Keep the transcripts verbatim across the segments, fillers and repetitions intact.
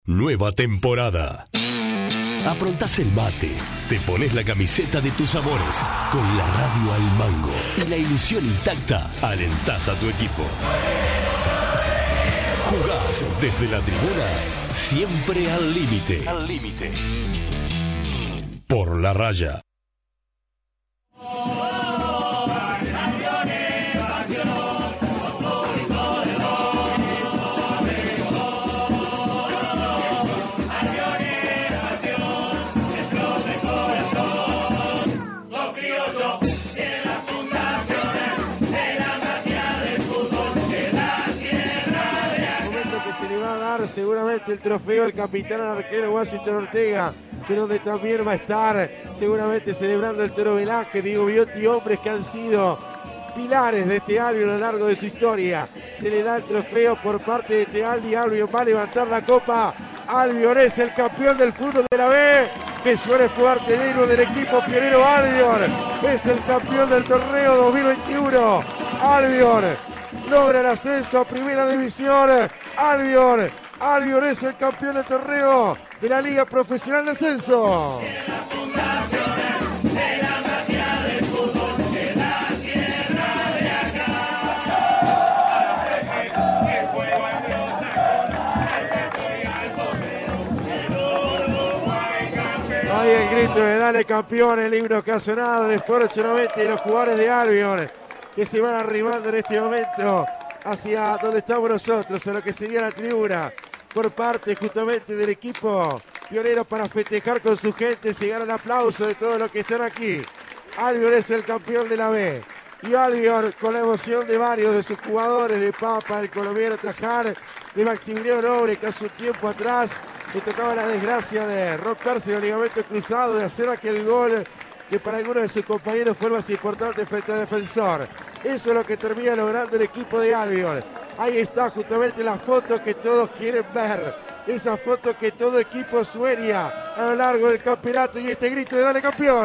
Nueva temporada. Aprontás el mate, te pones la camiseta de tus amores, con la radio al mango y la ilusión intacta, alentás a tu equipo. Jugás desde la tribuna, siempre al límite. Al límite. Por la raya. Seguramente el trofeo el capitán arquero Washington Ortega, que donde también va a estar seguramente celebrando el Toro Velázquez, Diego Biotti, hombres que han sido pilares de este Albion a lo largo de su historia. Se le da el trofeo por parte de Tealdi. Albion va a levantar la copa. Albion es el campeón del fútbol de la B. Que suene fuerte el himno del equipo pionero. Albion es el campeón del torneo dos mil veintiuno. Albion logra el ascenso a primera división. Albion Albion es el campeón del torneo de la Liga Profesional de Ascenso. Ahí el grito de dale campeón, el himno que ha sonado en Sport ochocientos noventa y los jugadores de Albion que se van arribando en este momento hacia donde estamos nosotros, a lo que sería la tribuna, por parte justamente del equipo pionero para festejar con su gente. Se gana el aplauso de todos los que están aquí. Albion es el campeón de la B. Y Albion, con la emoción de varios de sus jugadores, de Papa, el colombiano Tajar, de Maximiliano Nobre, que hace un tiempo atrás le tocaba la desgracia de romperse el ligamento cruzado, de hacer aquel gol que para algunos de sus compañeros fue el más importante frente al Defensor. Eso es lo que termina logrando el equipo de Albion. Ahí está justamente la foto que todos quieren ver. Esa foto que todo equipo sueña a lo largo del campeonato, y este grito de dale campeón.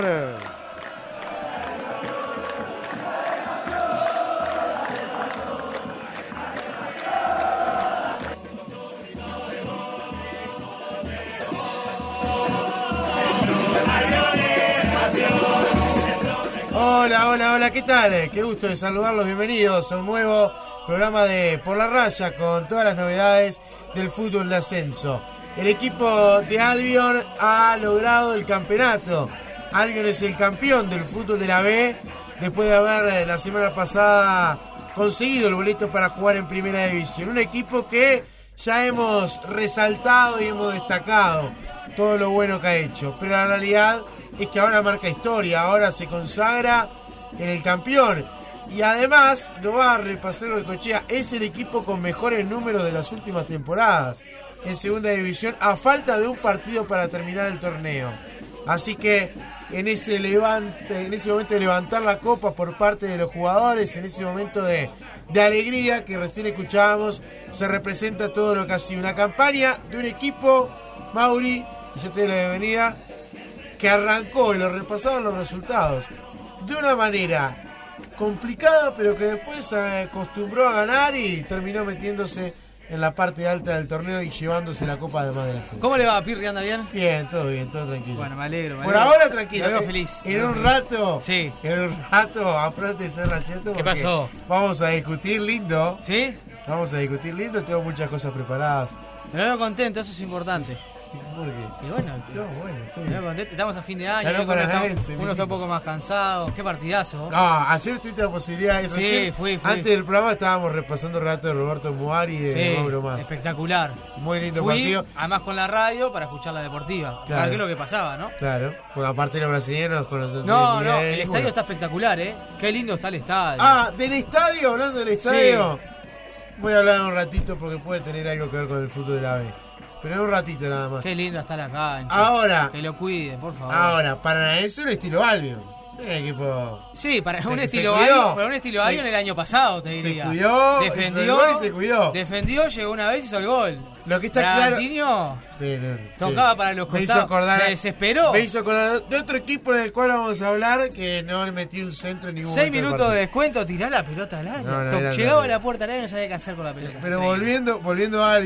Hola, hola, hola, ¿qué tal? Qué gusto de saludarlos, bienvenidos a un nuevo programa de Por la Raya con todas las novedades del fútbol de ascenso. El equipo de Albion ha logrado el campeonato. Albion es el campeón del fútbol de la B después de haber la semana pasada conseguido el boleto para jugar en primera división. Un equipo que ya hemos resaltado y hemos destacado todo lo bueno que ha hecho, pero la realidad es que ahora marca historia, ahora se consagra en el campeón. Y además, lo va a repasar Goicoechea, es el equipo con mejores números de las últimas temporadas en segunda división, a falta de un partido para terminar el torneo. Así que en ese levante, en ese momento de levantar la copa por parte de los jugadores, en ese momento de, de alegría que recién escuchábamos, se representa todo lo que ha sido una campaña de un equipo, Mauri, y yo te doy la bienvenida, que arrancó y lo repasaron los resultados de una manera complicada, pero que después se acostumbró a ganar y terminó metiéndose en la parte alta del torneo y llevándose la copa además de la selección. ¿Cómo le va, Pirri? ¿Anda bien? Bien, todo bien, todo tranquilo. Bueno, me alegro. Me Por alegro. ahora tranquilo. Me veo feliz. En un feliz. rato, sí. en un rato, aparte de ser rayeto, ¿Qué pasó? Vamos a discutir lindo. ¿Sí? Vamos a discutir lindo, tengo muchas cosas preparadas. Me veo contento, eso es importante. ¿Por qué? Y bueno, no, bueno estoy... me veo contento. Estamos a fin de año, Claro, uno, está, Naense, uno está un poco más cansado. Qué partidazo. No, ayer tuviste la posibilidad de... Sí, recién, fui, fui. Antes del programa estábamos repasando el relato de Roberto Muar y de sí, Mauro Más. espectacular. Muy lindo fui, partido. Además con la radio para escuchar la deportiva. Claro. Para qué es lo que pasaba, ¿no? Claro, porque aparte los brasileños con los... No, bien, no, el estadio bueno. está espectacular, ¿eh? Qué lindo está el estadio. Ah, del estadio, hablando del estadio. Sí. Voy a hablar un ratito porque puede tener algo que ver con el fútbol de la B. Pero en un ratito nada más. Qué lindo está la cancha. Ahora. Que lo cuiden, por favor. Ahora, Paranaense un estilo Albion. Un equipo. Sí, para un se, estilo se Albion, para un estilo Albion se, el año pasado, te diría. Se cuidó, defendió, hizo el gol y se cuidó. Defendió, llegó una vez y hizo el gol. Lo que está Bragantino, claro. Sí, no, tocaba sí. para los me costados. Hizo acordar, me desesperó. Me hizo acordar de otro equipo en el cual vamos a hablar que no le metió un centro en ningún Seis momento minutos de descuento, tiró la pelota al área. No, no, To- era Llegaba grande. a la puerta al área y no sabía qué hacer con la pelota. Pero Increíble. volviendo, volviendo a Albion,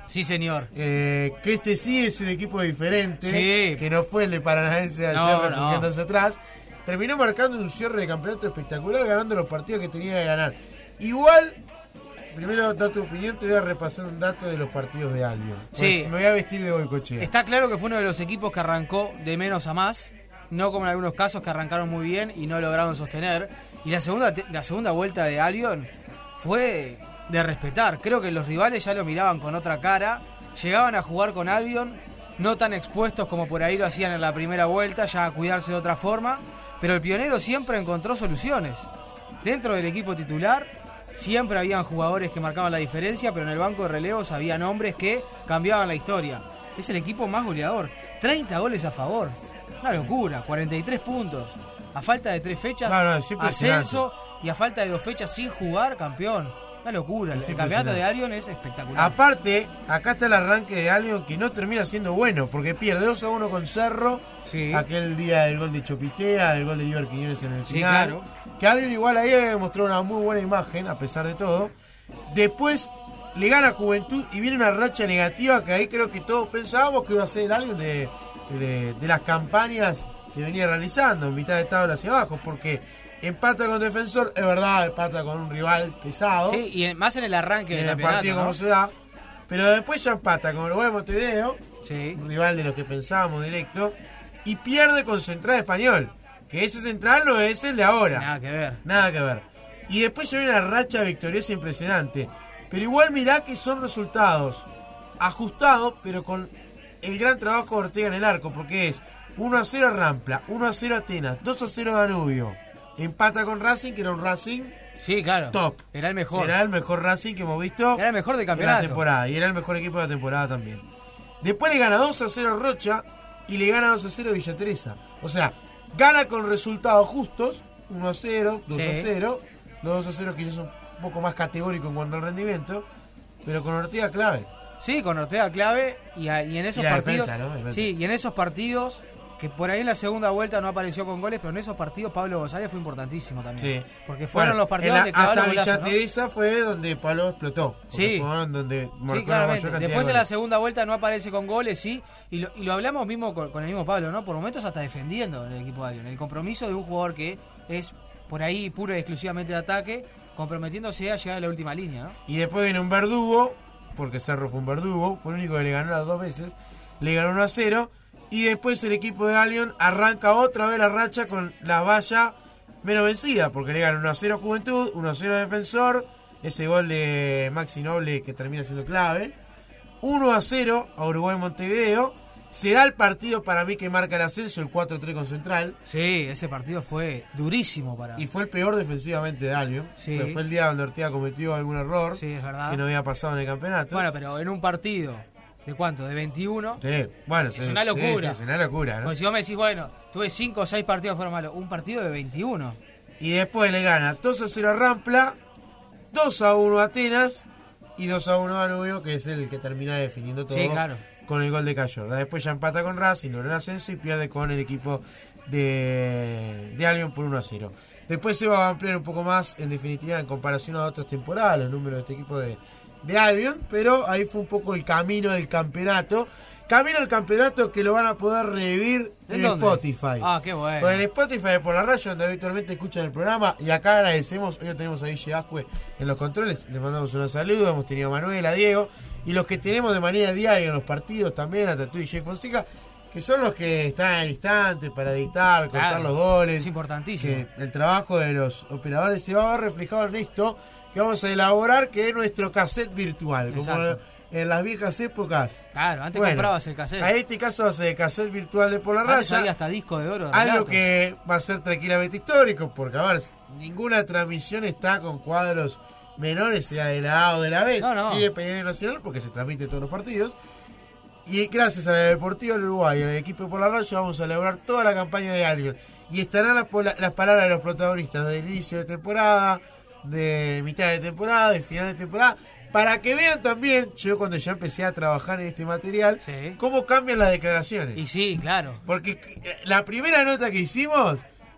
Sí, señor. Eh, que este sí es un equipo diferente, Sí. que no fue el de Paranaense de ayer No, refugiándose atrás. Terminó marcando un cierre de campeonato espectacular, ganando los partidos que tenía que ganar. Igual, primero da tu opinión, te voy a repasar un dato de los partidos de Albion. Sí. Pues me voy a vestir de Goicoechea. Está claro que fue uno de los equipos que arrancó de menos a más, no como en algunos casos que arrancaron muy bien y no lograron sostener. Y la segunda, la segunda vuelta de Albion fue de respetar. Creo que los rivales ya lo miraban con otra cara, llegaban a jugar con Albion, no tan expuestos como por ahí lo hacían en la primera vuelta, ya a cuidarse de otra forma, pero el Pionero siempre encontró soluciones. Dentro del equipo titular siempre habían jugadores que marcaban la diferencia, pero en el banco de relevos había nombres que cambiaban la historia. Es el equipo más goleador, treinta goles a favor, una locura, cuarenta y tres puntos. A falta de tres fechas, No, no, es impresionante. ascenso, y a falta de dos fechas sin jugar, campeón. Una locura, Es el campeonato de impresionante. Albion es espectacular. Aparte, acá está el arranque de Albion que no termina siendo bueno, porque pierde dos a uno con Cerro, Sí. aquel día el gol de Chopitea, el gol de Iber Quiñones en el Sí, final. claro. Que Albion igual ahí mostró una muy buena imagen, a pesar de todo. Después le gana Juventud y viene una racha negativa que ahí creo que todos pensábamos que iba a ser el Albion de, de, de las campañas que venía realizando, en mitad de tabla hacia abajo, porque empata con Defensor, es verdad, empata con un rival pesado. Sí, y en- más en el arranque en del el campeonato, partido ¿no? como se da, pero después ya empata con Uruguay Montevideo, Sí. un rival de los que pensábamos directo, y pierde con Central Español, que ese Central no es el de ahora, Nada que ver. nada que ver. Y después ya viene una racha victoriosa impresionante, pero igual mirá que son resultados ajustados, pero con el gran trabajo de Ortega en el arco, porque es uno a cero Rampla, uno a cero Atenas, dos a cero Danubio, empata con Racing, que era un Racing Sí, claro. top. Era el mejor. Era el mejor Racing que hemos visto Era el mejor del en la campeonato. temporada. Y era el mejor equipo de la temporada también. Después le gana dos a cero Rocha y le gana dos a cero Villa Teresa. O sea, gana con resultados justos, uno a cero, dos a Sí. cero. Los dos a cero quizás un poco más categórico en cuanto al rendimiento, pero con Ortega clave. Sí, con Ortega clave y, a- y en esos Y la partidos. defensa, ¿no? Defensa. Sí, y en esos partidos que por ahí en la segunda vuelta no apareció con goles, pero en esos partidos Pablo González fue importantísimo también. Sí. Porque fueron Bueno, los partidos en la- de clavar hasta los golazos, Villa ¿no? Teresa fue donde Pablo explotó. Porque Sí. fueron donde marcó Sí, la mayor claramente. cantidad de Después en la goles. segunda vuelta no aparece con goles, sí. Y lo, y lo hablamos mismo con, con el mismo Pablo, ¿no? Por momentos hasta defendiendo en el equipo de Albion. El compromiso de un jugador que es por ahí pura y exclusivamente de ataque, comprometiéndose a llegar a la última línea, ¿no? Y después viene un verdugo, porque Cerro fue un verdugo, fue el único que le ganó las dos veces, le ganó uno a cero, y después el equipo de Albion arranca otra vez la racha con la valla menos vencida, porque le ganó uno a cero a Juventud, uno a cero a Defensor, ese gol de Maxi Noble que termina siendo clave, uno a cero a Uruguay Montevideo, se da el partido para mí que marca el ascenso, el cuatro a tres con Central, Sí, ese partido fue durísimo para. y fue el peor defensivamente de Albion, Sí. porque fue el día donde Ortega cometió algún error Sí, es verdad. que no había pasado en el campeonato. Bueno, pero en un partido, ¿de cuánto? De veintiuno. Sí, bueno, Es sí, una sí, locura. sí, es una locura, ¿no? Porque si vos me decís, bueno, tuve cinco o seis partidos que fueron malos, un partido de veintiuno. Y después le gana dos a cero a Rampla, dos a uno a Atenas y dos a uno a Danubio, que es el que termina definiendo todo Sí, claro. con el gol de Cayorda. Después ya empata con Racing, logra el ascenso y pierde con el equipo de, de Albion por uno a cero. Después se va a ampliar un poco más, en definitiva, en comparación a otras temporadas, los números de este equipo de, de Albion, pero ahí fue un poco el camino del campeonato. Camino al campeonato que lo van a poder revivir en, ¿En dónde? Spotify. Ah, qué bueno. Con el Spotify de Por la Raya, donde habitualmente escuchan el programa. Y acá agradecemos, hoy tenemos a Guille Ascue en los controles. Les mandamos un saludo. Hemos tenido a Manuel, a Diego. Y los que tenemos de manera diaria en los partidos también, a Tatu y Jay Fonseca, que son los que están al instante para editar, contar Claro, los goles. es importantísimo. Que el trabajo de los operadores se va a ver reflejado en esto que vamos a elaborar, que es nuestro cassette virtual. Como Exacto. en las viejas épocas. Claro, antes Bueno, comprabas el cassette. En este caso va a ser el cassette virtual de Por la Antes Raya. había hasta disco de oro. de Algo relatos. que va a ser tranquilamente histórico, porque a ver, ninguna transmisión está con cuadros menores, sea de la A o de la B, No, no. sí de Peñarol Nacional, porque se transmite todos los partidos. Y gracias a la Deportiva del Uruguay y al equipo de Por la Raya vamos a elaborar toda la campaña de Albion. Y estarán las, pola- las palabras de los protagonistas del inicio de temporada, de mitad de temporada, de final de temporada, para que vean también, yo cuando ya empecé a trabajar en este material, Sí. cómo cambian las declaraciones. Y sí, claro. Porque la primera nota que hicimos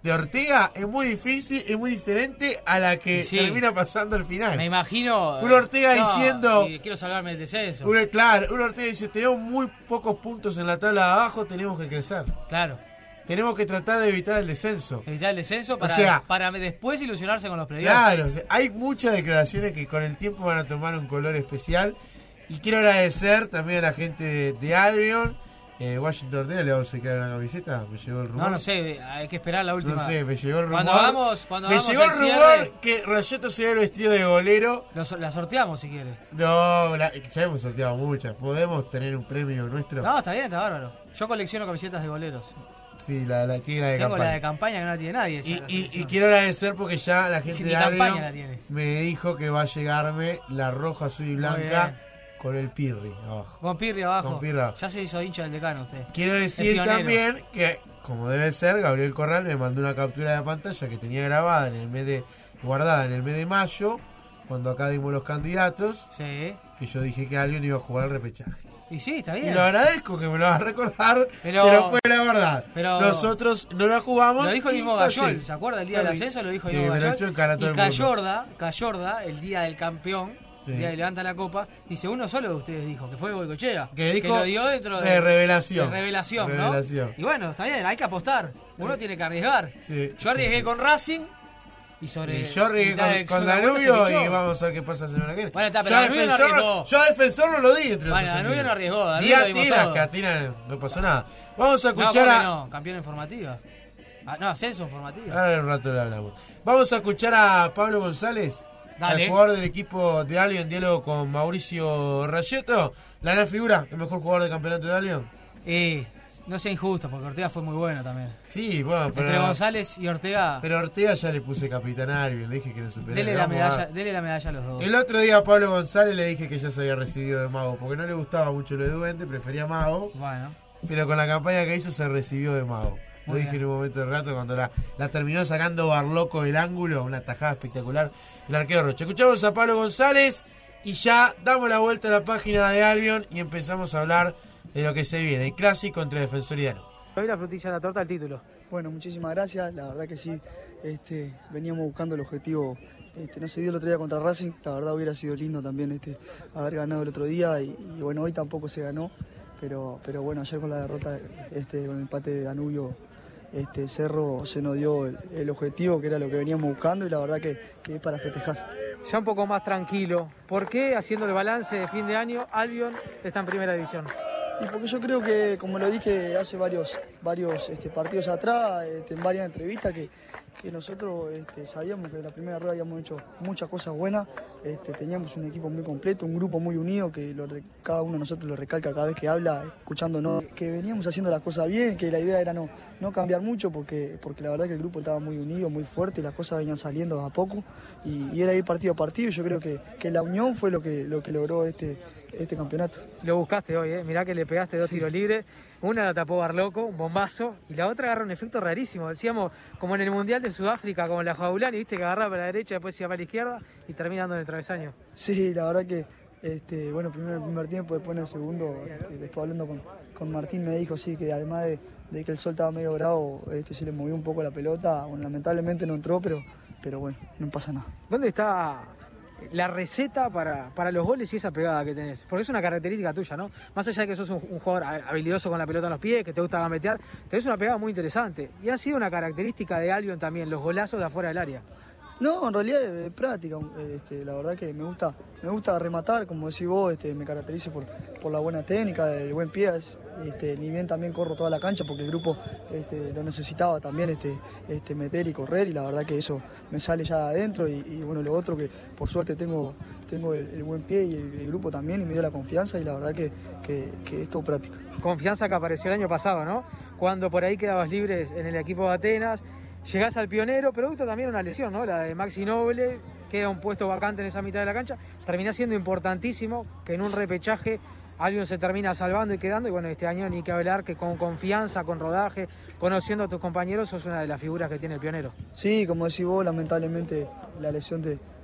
de Ortega es muy difícil, es muy diferente a la que Sí. termina pasando al final. Me imagino. Un Ortega no, diciendo- y quiero salvarme del descenso. Un- claro, un Ortega dice, tenemos muy pocos puntos en la tabla de abajo, tenemos que crecer. Claro. Tenemos que tratar de evitar el descenso. Evitar el descenso para, sea- para después ilusionarse con los playoffs. Claro, o sea, hay muchas declaraciones que con el tiempo van a tomar un color especial. Y quiero agradecer también a la gente de, de Albion. Eh, Washington Ortega le vamos a sacar una camiseta. Me llegó el rumor. No, no sé, hay que esperar la última. No sé, me llegó el rumor. Cuando hagamos, cuando me hagamos llegó el el rumor cierre, que Rayeto se ve vestido de golero. lo so- la sorteamos si quiere. No, la- ya hemos sorteado muchas. ¿Podemos tener un premio nuestro? No, está bien, está bárbaro. Yo colecciono camisetas de goleros. Sí, la, la tiene la de Tengo campaña. la de campaña que no la tiene nadie. esa Y, es la y- y selección. quiero agradecer porque ya la gente Mi de campaña Albion la tiene. me dijo que va a llegarme la roja, azul y blanca con el pirri abajo. Con Pirri abajo. Con Pirri abajo. Ya se hizo hincha del decano usted. Quiero El decir pionero. también que, como debe ser, Gabriel Corral me mandó una captura de pantalla que tenía grabada en el mes de guardada en el mes de mayo, cuando acá dimos los candidatos, Sí. que yo dije que alguien iba a jugar al repechaje. Y sí, está Y bien. lo agradezco que me lo hagas recordar, Pero- pero, fue la verdad. pero- Nosotros no la jugamos. Lo dijo el y mismo no Gayol, sé. ¿se acuerda? El día del Sí. ascenso lo dijo el Sí, mismo me lo Gayol. echó en cara a todo Y el mundo. Cayorda, Cayorda, el día del campeón, Sí. el día que levanta la copa, dice uno solo de ustedes dijo, que fue Goicoechea. Que dijo lo dio dentro de, de revelación. de revelación, ¿no? Revelación. Y bueno, está bien, hay que apostar. Uno tiene que arriesgar. Sí. Yo arriesgué con Racing y sobre. Y yo arriesgué mitad de con, con segunda vuelta Danubio se me y echó. vamos a ver qué pasa la semana que viene. Bueno, está, pero yo, a Danubio no defensor, arriesgó. yo a defensor no lo di entre Bueno, esos Danubio sentidos. no arriesgó, Danubio Di a lo dimos Tina, todo. que a Tina no pasó nada. Vamos a No, escuchar ¿cómo a. que no, campeón en formativa. Ah, no, ascenso en formativa. Ahora en un rato le hablamos. Vamos a escuchar a Pablo González, Dale. al jugador del equipo de Albion en diálogo con Mauricio Rayeto. La gran figura, el mejor jugador del campeonato de Albion. Eh, no sea injusto, porque Ortega fue muy bueno también. Sí, bueno, pero. Entre González y Ortega, Pero a Ortega ya le puse capitán a Albion, le dije que no superara. dele Le la, vamos a medalla, dar. dele la medalla a los dos. El otro día a Pablo González le dije que ya se había recibido de mago, porque no le gustaba mucho lo de Duende, prefería mago, Bueno, pero con la campaña que hizo se recibió de mago. Lo Muy dije bien. en un momento del rato cuando la, la terminó sacando Barloco del ángulo, una tajada espectacular, el arquero Rocha. Escuchamos a Pablo González y ya damos la vuelta a la página de Albion y empezamos a hablar de lo que se viene, el clásico entre Defensor y Danubio. hoy la frutilla de la torta, el título. Bueno, muchísimas gracias. La verdad que sí, este, veníamos buscando el objetivo. Este, no se dio el otro día contra Racing. La verdad hubiera sido lindo también este, haber ganado el otro día y, y bueno, hoy tampoco se ganó. Pero, pero bueno, ayer con la derrota, este, con el empate de Danubio, este, Cerro se nos dio el, el objetivo que era lo que veníamos buscando y la verdad que, que es para festejar. Ya un poco más tranquilo. ¿Por qué, haciendo el balance de fin de año, Albion está en primera división? Y porque yo creo que, como lo dije hace varios, varios este, partidos atrás, este, en varias entrevistas, que, que nosotros este, sabíamos que en la primera rueda habíamos hecho muchas cosas buenas, este, teníamos un equipo muy completo, un grupo muy unido, que lo, cada uno de nosotros lo recalca cada vez que habla, escuchándonos, que veníamos haciendo las cosas bien, que la idea era no, no cambiar mucho, porque, porque la verdad que el grupo estaba muy unido, muy fuerte, y las cosas venían saliendo a poco, y, y era ir partido a partido, y yo creo que, que la unión fue lo que, lo que logró este, este campeonato. Lo buscaste hoy, ¿eh? Mirá que le pegaste dos tiros libres. Una la tapó Barloco, un bombazo, y la otra agarra un efecto rarísimo. Decíamos, como en el Mundial de Sudáfrica, como en la Jaulani, viste que agarraba para la derecha, después iba para la izquierda y termina dando en el travesaño. Sí, la verdad que, este, bueno, primero el primer tiempo, después en el segundo, este, después hablando con, con Martín me dijo, sí, que además de, de que el sol estaba medio bravo, este, se le movió un poco la pelota, bueno, lamentablemente no entró, pero, pero bueno, no pasa nada. ¿Dónde está la receta para, para los goles y esa pegada que tenés? Porque es una característica tuya, ¿no? Más allá de que sos un, un jugador habilidoso con la pelota en los pies, que te gusta gambetear, tenés una pegada muy interesante. Y ha sido una característica de Albion también, los golazos de afuera del área. No, en realidad es, es práctica, este, la verdad que me gusta, me gusta rematar, como decís vos, este, me caracterizo por, por la buena técnica, el buen pie, este, ni bien también corro toda la cancha porque el grupo este, lo necesitaba también este, este, meter y correr y la verdad que eso me sale ya de adentro y, y bueno, lo otro que por suerte tengo, tengo el, el buen pie y el, el grupo también y me dio la confianza y la verdad que, que, que es todo práctica. Confianza que apareció el año pasado, ¿no? Cuando por ahí quedabas libre en el equipo de Atenas, llegás al Pionero, producto también de una lesión, ¿no? La de Maxi Noble, queda un puesto vacante en esa mitad de la cancha, termina siendo importantísimo que en un repechaje Albion se termina salvando y quedando, y bueno, este año ni que hablar que con confianza, con rodaje, conociendo a tus compañeros, sos una de las figuras que tiene el Pionero. Sí, como decís vos, lamentablemente la lesión de,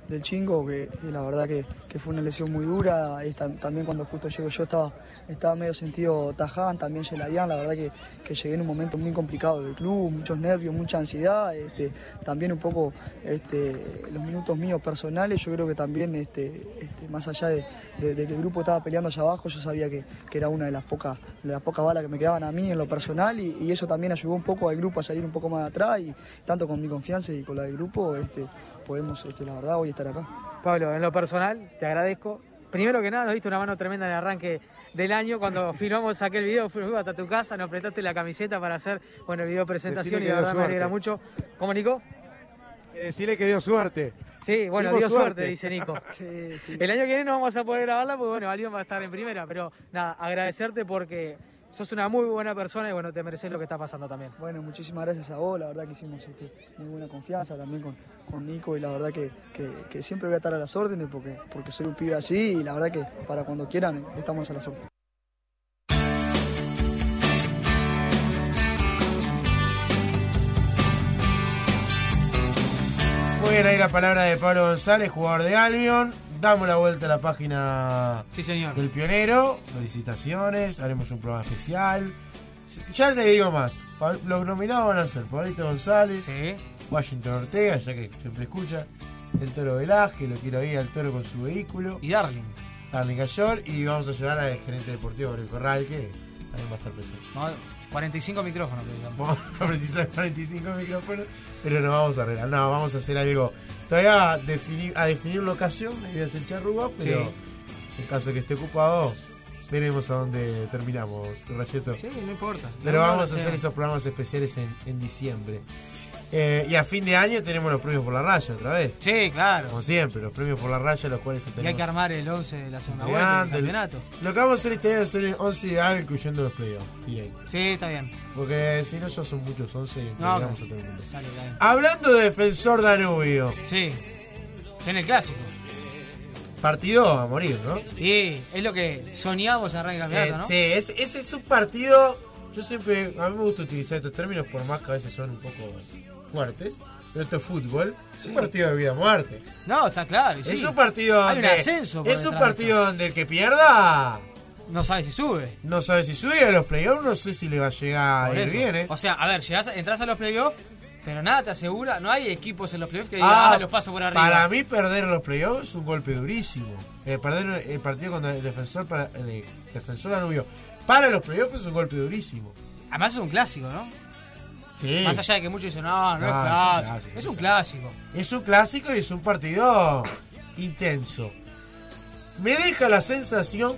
del Chingo, que, que la verdad que, que fue una lesión muy dura. Esta, también cuando justo llego yo estaba, estaba medio sentido Taján, también Yelayán, la verdad que, que llegué en un momento muy complicado del club, muchos nervios, mucha ansiedad, este, también un poco este, los minutos míos personales, yo creo que también este, este, más allá de, de, de que el grupo estaba peleando allá abajo, yo sabía que, que era una de las pocas de las pocas balas que me quedaban a mí en lo personal y, y eso también ayudó un poco al grupo a salir un poco más de atrás y tanto con mi confianza y con la del grupo este, podemos, este, la verdad, hoy estar acá. Pablo, en lo personal, te agradezco. Primero que nada, nos diste una mano tremenda en el arranque del año. Cuando filmamos aquel video, fuimos hasta tu casa, nos prestaste la camiseta para hacer, bueno, el video presentación y la verdad me alegra mucho. ¿Cómo, Nico? Decirle que dio suerte. Sí, bueno, Dimos dio suerte. suerte, dice Nico. Sí, sí. El año que viene no vamos a poder grabarla porque, bueno, Albion va a estar en primera, pero nada, agradecerte porque sos una muy buena persona y, bueno, te mereces lo que está pasando también. Bueno, muchísimas gracias a vos, la verdad que hicimos este, muy buena confianza también con, con Nico y la verdad que, que, que siempre voy a estar a las órdenes porque, porque soy un pibe así y la verdad que para cuando quieran estamos a las órdenes. Muy bien, ahí la palabra de Pablo González, jugador de Albion. Damos la vuelta a la página Sí, señor. del Pionero. Felicitaciones, haremos un programa especial. Ya le digo más, Pa- los nominados van a ser Pablito González, Sí. Washington Ortega, ya que siempre escucha, el Toro Velázquez, lo quiero ir al Toro con su vehículo, Y Darling. Darling Gallor, y vamos a llevar al gerente deportivo Gabriel Corral, que también va a estar presente. No, cuarenta y cinco micrófonos. que digamos. Vamos a precisar cuarenta y cinco micrófonos, pero no vamos a arreglar, no, vamos a hacer algo. Todavía a definir, a definir locación, la idea es el Charrúa, pero Sí. en caso de que esté ocupado, veremos a dónde terminamos, Rayeto. Sí, no importa. Pero No, vamos no a sé. hacer esos programas especiales en, en diciembre. Eh, y a fin de año tenemos los premios por la raya otra vez. Sí, claro. Como siempre, los premios por la raya, los cuales Y hay tenemos. que armar el once de la segunda Entre vuelta del antes, campeonato. Lo que vamos a hacer este año es hacer el once ideal, incluyendo los playoffs. directo. Sí, está bien. Porque si no, ya son muchos once y No, entregamos ok. a todo el mundo. Dale, dale. Hablando de Defensor Danubio, Sí. En el clásico. partido a morir, ¿no? Y es lo que soñamos en arranque del Eh, campeonato, ¿no? Sí, ese, ese es un partido. Yo siempre. A mí me gusta utilizar estos términos, por más que a veces son un poco fuertes. Pero esto es fútbol. Es un partido de vida o muerte. No, está claro. y sí. Es un partido Hay un donde. ascenso por Es un detrás de partido donde el que pierda. No sabe si sube. No sabe si sube a los playoffs, no sé si le va a llegar Por a ir eso. bien, ¿eh? O sea, a ver, llegás, a- entras a los playoffs, pero nada te asegura. No hay equipos en los playoffs que digan, Ah, ah, los paso por arriba. Para mí, perder los playoffs es un golpe durísimo. Eh, perder el partido contra el defensor para de defensor Danubio para los playoffs es un golpe durísimo. Además es un clásico, ¿no? Sí. Más allá de que muchos dicen, no, no, No, es es un clásico. clásico. Es un clásico. Es un clásico y es un partido intenso. Me deja la sensación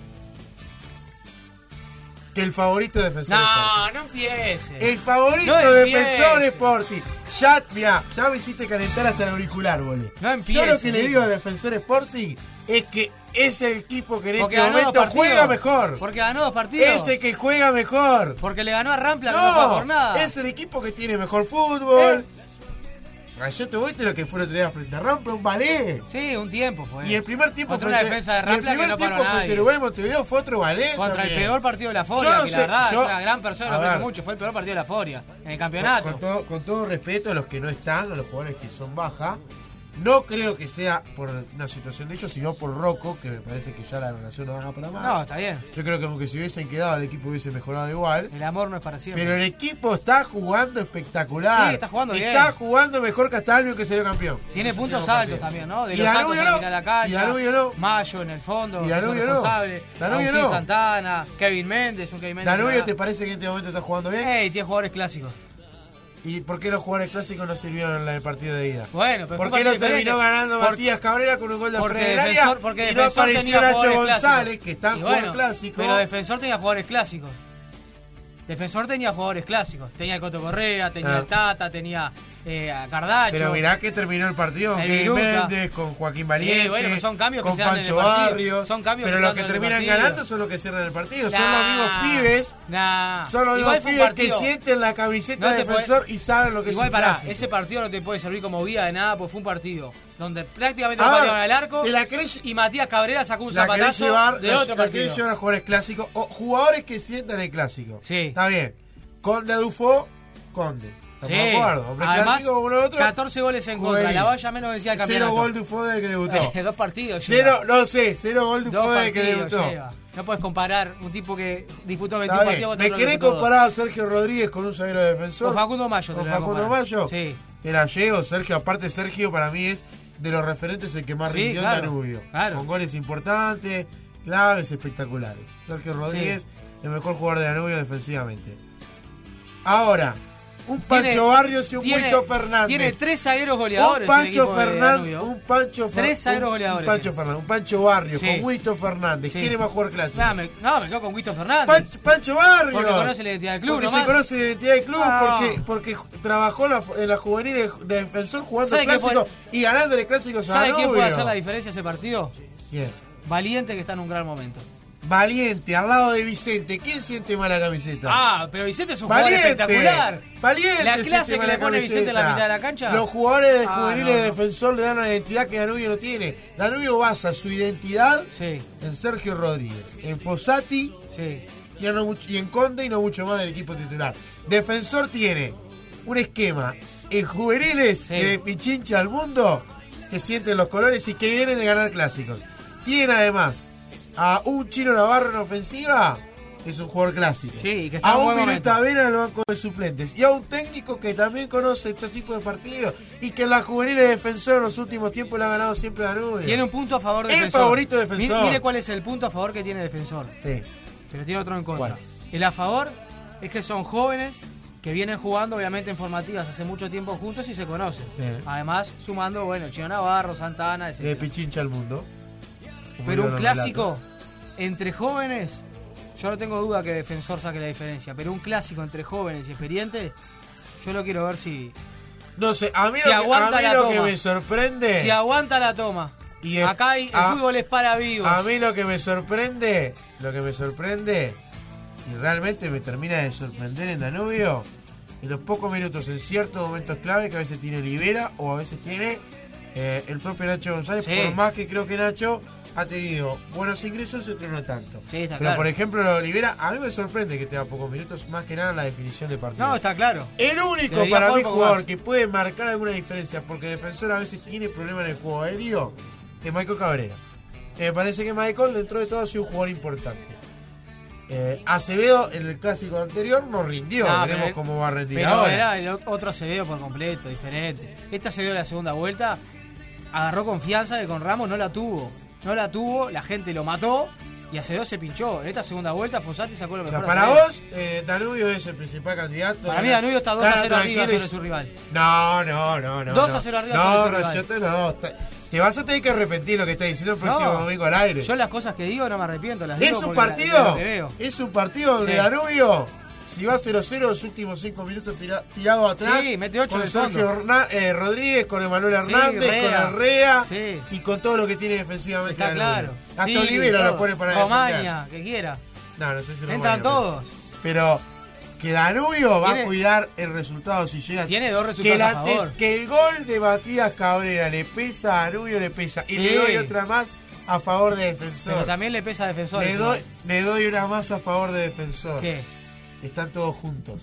que el favorito de Defensor Sporting. No, no empieces. El favorito No de empieces. Defensor Sporting. Ya, mirá, ya me hiciste calentar hasta el auricular, boludo. No Yo empieces, lo que le Nico. digo a Defensor Sporting es que es el equipo que en Porque este ganó dos momento partidos. juega mejor. Porque ganó dos partidos. Ese que juega mejor. Porque le ganó a Rampla, que no juega por nada. es el equipo que tiene mejor fútbol. Eh. Rayato, ¿viste lo que fue el otro día frente a Rampla? Un ballet. Sí, un tiempo fue. Y el primer tiempo Contra una frente, defensa de y el Rampla que primer no paró tiempo a frente a nadie. Uruguay Montevideo fue otro ballet. Contra también. el peor partido de la Foria, Yo no que sé, la verdad yo- es una gran persona, a lo aprecio ver. mucho. Fue el peor partido de la Foria en el Con, campeonato. con todo, con todo respeto a los que no están, a los jugadores que son baja, no creo que sea por una situación de ellos, sino por Rocco, que me parece que ya la relación no va para más. No, está bien. Yo creo que aunque se hubiesen quedado, el equipo hubiese mejorado igual. El amor no es para siempre. Pero el equipo está jugando espectacular. Sí, está jugando bien. Está jugando mejor que hasta Albion, que salió campeón. Tiene Ese puntos último altos partido. también, ¿no? De Y los altos Danubio en no. la mitad de la cancha. Y Danubio no. Mayo en el fondo. Y que son Danubio no. responsables. Danubio Agustín no. Santana, Kevin Méndez, un Kevin Méndez. ¿Danubio que te parece que en este momento está jugando bien? Ey, tiene jugadores clásicos. ¿Y por qué los jugadores clásicos no sirvieron en el partido de ida? Bueno, pero ¿Por fue qué no partido terminó diferente. ganando Porque- Matías Cabrera con un gol de Porque Alfredo del área? defensor, porque y no defensor apareció tenía Nacho jugadores González, clásicos. que está en Y jugador bueno, clásico. Pero Defensor tenía jugadores clásicos. Defensor tenía jugadores clásicos. Tenía el Coto Correa, tenía Ah. el Tata, tenía eh, a Cardacho. Pero mirá que terminó el partido con El Kevin Viruta. Méndez, con Joaquín Valiente, Sí, bueno, pero son cambios que con se dan en Pancho el partido. Barrios. Son cambios pero que se los dan que en el terminan partido. ganando son los que cierran el partido. Son Nah, los mismos pibes. Nah. Son los Igual mismos fue un pibes que partido. sienten la camiseta No de te puede- defensor y saben lo que Igual es un pará, clásico. ese partido no te puede servir como guía de nada, porque fue un partido donde prácticamente A no ver, pateaban al arco te la querés- y Matías Cabrera sacó un La querés zapatazo llevar, de la- otro la partido. querés llevar a jugadores clásicos o jugadores que sientan el clásico. Sí. Está bien. Conde Dufo, Conde. No me acuerdo. Hombre Además, clásico como uno otro. catorce goles en contra. La valla menos vencía el campeonato. Cero gol de Ufode de que debutó. Dos partidos. Cero, no sé, cero gol de Dos Ufode de que partidos debutó. lleva. No puedes comparar un tipo que disputó Está veintiún bien. partidos. ¿Me querés comparar a Sergio Rodríguez con un zaguero defensor? Con Facundo Mayo. ¿Con te lo voy a Facundo comparar. Mayo? Sí. Te la llevo, Sergio. Aparte, Sergio para mí es de los referentes el que más Sí, rindió claro, en Danubio. claro. Con goles importantes, claves, espectaculares. Sergio Rodríguez, Sí. el mejor jugador de Danubio defensivamente. Ahora, un Pancho Tiene- Barrios y un tiene- Huito Fernández. Tiene tres zagueros un goleadores. el Pancho equipo de Fernández, Danubio. un Pancho Fer- Tres zagueros un- goleadores Un Pancho tiene. Fernández, un Pancho Barrios Sí. con Huito Fernández. Sí. ¿Quién es más jugador clásico? No, me, no, me quedo con Guito Fernández. Pancho, Pancho Barrios. Porque conoce la identidad del club, Porque nomás. se conoce la identidad del club, Ah. porque, porque ju- trabajó en la, en la juvenil de, de defensor jugando ¿Sabe qué clásicos puede- y ganándole clásicos a ¿Sabe quién puede Danubio. hacer la diferencia en ese partido? ¿Quién? Valiente, que está en un gran momento. Valiente, al lado de Vicente. ¿Quién siente más la camiseta? Ah, pero Vicente es un jugador Valiente, espectacular. Valiente. La siente clase que más le la pone Vicente en la camiseta. mitad de la cancha. Los jugadores de Ah, juveniles no, de no. defensor le dan una identidad que Danubio no tiene. Danubio basa su identidad Sí, en Sergio Rodríguez, en Fossati sí. y en, no mucho- y en Conde y no mucho más del equipo titular. Defensor tiene un esquema en juveniles Sí. que de pichincha al mundo, que sienten los colores y que vienen de ganar clásicos. Tiene además a un Chino Navarro en ofensiva, que es un jugador clásico. Sí, que está a en un buen Mireta momento. Vera en el banco de suplentes. Y a un técnico que también conoce este tipo de partidos y que en las juveniles de defensor en los últimos tiempos le ha ganado siempre Danubio. Tiene un punto a favor de El defensor. favorito defensor. Mire, mire cuál es el punto a favor que tiene defensor. Sí. Pero tiene otro en contra. ¿Cuál? El a favor es que son jóvenes que vienen jugando obviamente en formativas hace mucho tiempo juntos y se conocen. Sí. Además, sumando, bueno, Chino Navarro, Santana, De etcétera. pichincha al mundo. Como Pero yo un lo clásico entre jóvenes, yo no tengo duda que Defensor saque la diferencia, pero un clásico entre jóvenes y experientes, yo lo quiero ver si, No sé, a mí Si lo, que, aguanta a mí la lo que toma. me sorprende. si aguanta la toma. Y es- Acá hay- el a- fútbol es para vivos. A mí lo que me sorprende, lo que me sorprende, y realmente me termina de sorprender en Danubio, en los pocos minutos, en ciertos momentos clave que a veces tiene Libera o a veces tiene eh, el propio Nacho González, Sí. por más que creo que Nacho ha tenido buenos ingresos y otros no tanto. Sí, está Pero claro. por ejemplo, lo de Libera, a mí me sorprende que tenga pocos minutos, más que nada en la definición de partido. No, está claro. El único Debería para jugar mí un poco jugador más. que puede marcar alguna diferencia, porque Defensor a veces tiene problemas en el juego aéreo, es Michael Cabrera. Me parece que Michael, dentro de todo, ha sido un jugador importante. Eh, Acevedo, en el clásico anterior, no rindió. No, Veremos pero- cómo va a rendir Pero ahora. era el otro Acevedo por completo, diferente. Este Acevedo de la segunda vuelta agarró confianza que con Ramos no la tuvo. No la tuvo, la gente lo mató y Acevedo se pinchó. En esta segunda vuelta Fossati sacó lo O mejor. sea, de para Acevedo. vos, eh, Danubio es el principal candidato. Para mí Gana- Danubio está dos a gana cero arriba tranquilo y- sobre su rival. No, no, no, no. dos no. a cero arriba No, sobre su rival. Rociote, no. Te- Te vas a tener que arrepentir lo que estás diciendo el próximo No. domingo al aire. Yo las cosas que digo no me arrepiento, las Es digo un porque la- partido, es lo que veo. es un partido donde Sí. Danubio, si va cero cero los últimos cinco minutos tira- tirado atrás, Sí, mete ocho con en el Sergio fondo. Herná- eh, Rodríguez, con Emanuel Sí, Hernández, con Herrera. Herrera Sí. y con todo lo que tiene defensivamente Está Danubio. claro. Hasta Sí, Olivera todo. lo pone para Romaña, que quiera. defender. No, no sé si Romaña, Entran pero- todos. Pero que Danubio va Tiene- a cuidar el resultado si llega. Tiene dos que, resultados la a favor. tes- que el gol de Matías Cabrera le pesa a Danubio, le pesa. Y Sí. le doy otra más a favor de Defensor. Pero también le pesa a Defensor. Le doy, le doy una más a favor de Defensor. ¿Qué? Están todos juntos.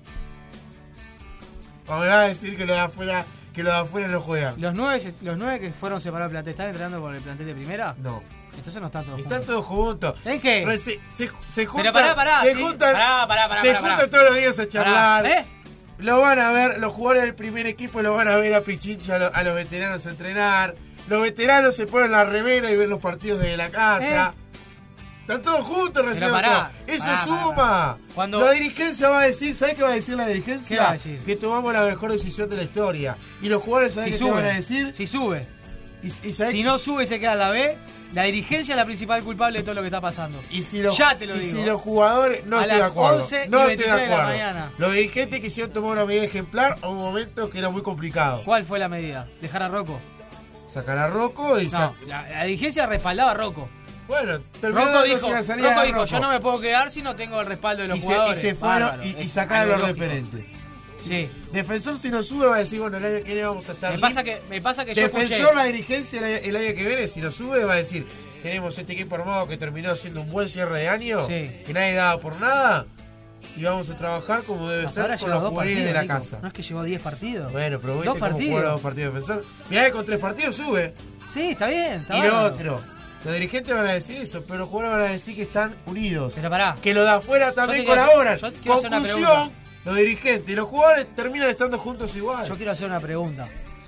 O me va a decir que los de afuera, que los de afuera no juegan. Los nueve, se- los nueve que fueron separados del plantel, ¿están entrenando con el plantel de primera? No. Entonces no están todos Están juntos. todos juntos. ¿En qué? Pero Se, se, se juntan, pará, pará, se sí. juntan, Pará, pará, pará, se pará, juntan pará. todos los días a charlar. Pará, ¿eh? Lo van a ver, los jugadores del primer equipo lo van a ver a Pichincha, a, lo- a los veteranos a entrenar. Los veteranos se ponen la remera y ven los partidos desde la casa. Están todos juntos recién. pará, Eso pará, suma. pará. Cuando- La dirigencia va a decir, ¿sabes qué va a decir la dirigencia? ¿Qué va a decir? Que tomamos la mejor decisión de la historia. Y los jugadores, ¿sabes Si qué sube, te van a decir? si sube. Y, y ¿sabés Si qué? no sube y se queda en la B, la dirigencia es la principal culpable de todo lo que está pasando. Y si los, Ya te lo y digo. si los jugadores. No A estoy de las acuerdo. once y No estoy veintitrés de de la acuerdo. mañana. Los dirigentes quisieron tomar una medida ejemplar a un momento que era muy complicado. ¿Cuál fue la medida? ¿Dejar a Rocco? Sacar a Rocco y No, sa- la, la dirigencia respaldaba a Rocco. Bueno, terminó Rocco dándose dijo, la salida Rocco de dijo, Rocco. yo no me puedo quedar si no tengo el respaldo de los y se, y jugadores. se fueron Bárbaro, y, y es sacaron a algo los lógico. referentes. Sí. Defensor si no sube va a decir, bueno, el año que viene vamos a estar Me lim- pasa que, me pasa que yo Defensor escuché. la dirigencia el año, el año que viene si no sube va a decir, tenemos este equipo armado que terminó siendo un buen cierre de año, Sí. que nadie daba por nada. y vamos a trabajar como debe Hasta ser ahora con lleva los dos juveniles de la partidos, Nico. casa. No es que llevó diez partidos. Bueno, pero viste dos cómo partidos. jugaron dos partidos de defensor. Mirá que con tres partidos sube. Sí, está bien. Está Y lo bárbaro. otro, los dirigentes van a decir eso, pero los jugadores van a decir que están unidos. Pero pará. Que los de afuera también Yo te quiero- colaboran. yo quiero hacer una Conclusión, pregunta. los dirigentes y los jugadores terminan estando juntos igual. Yo quiero hacer una pregunta.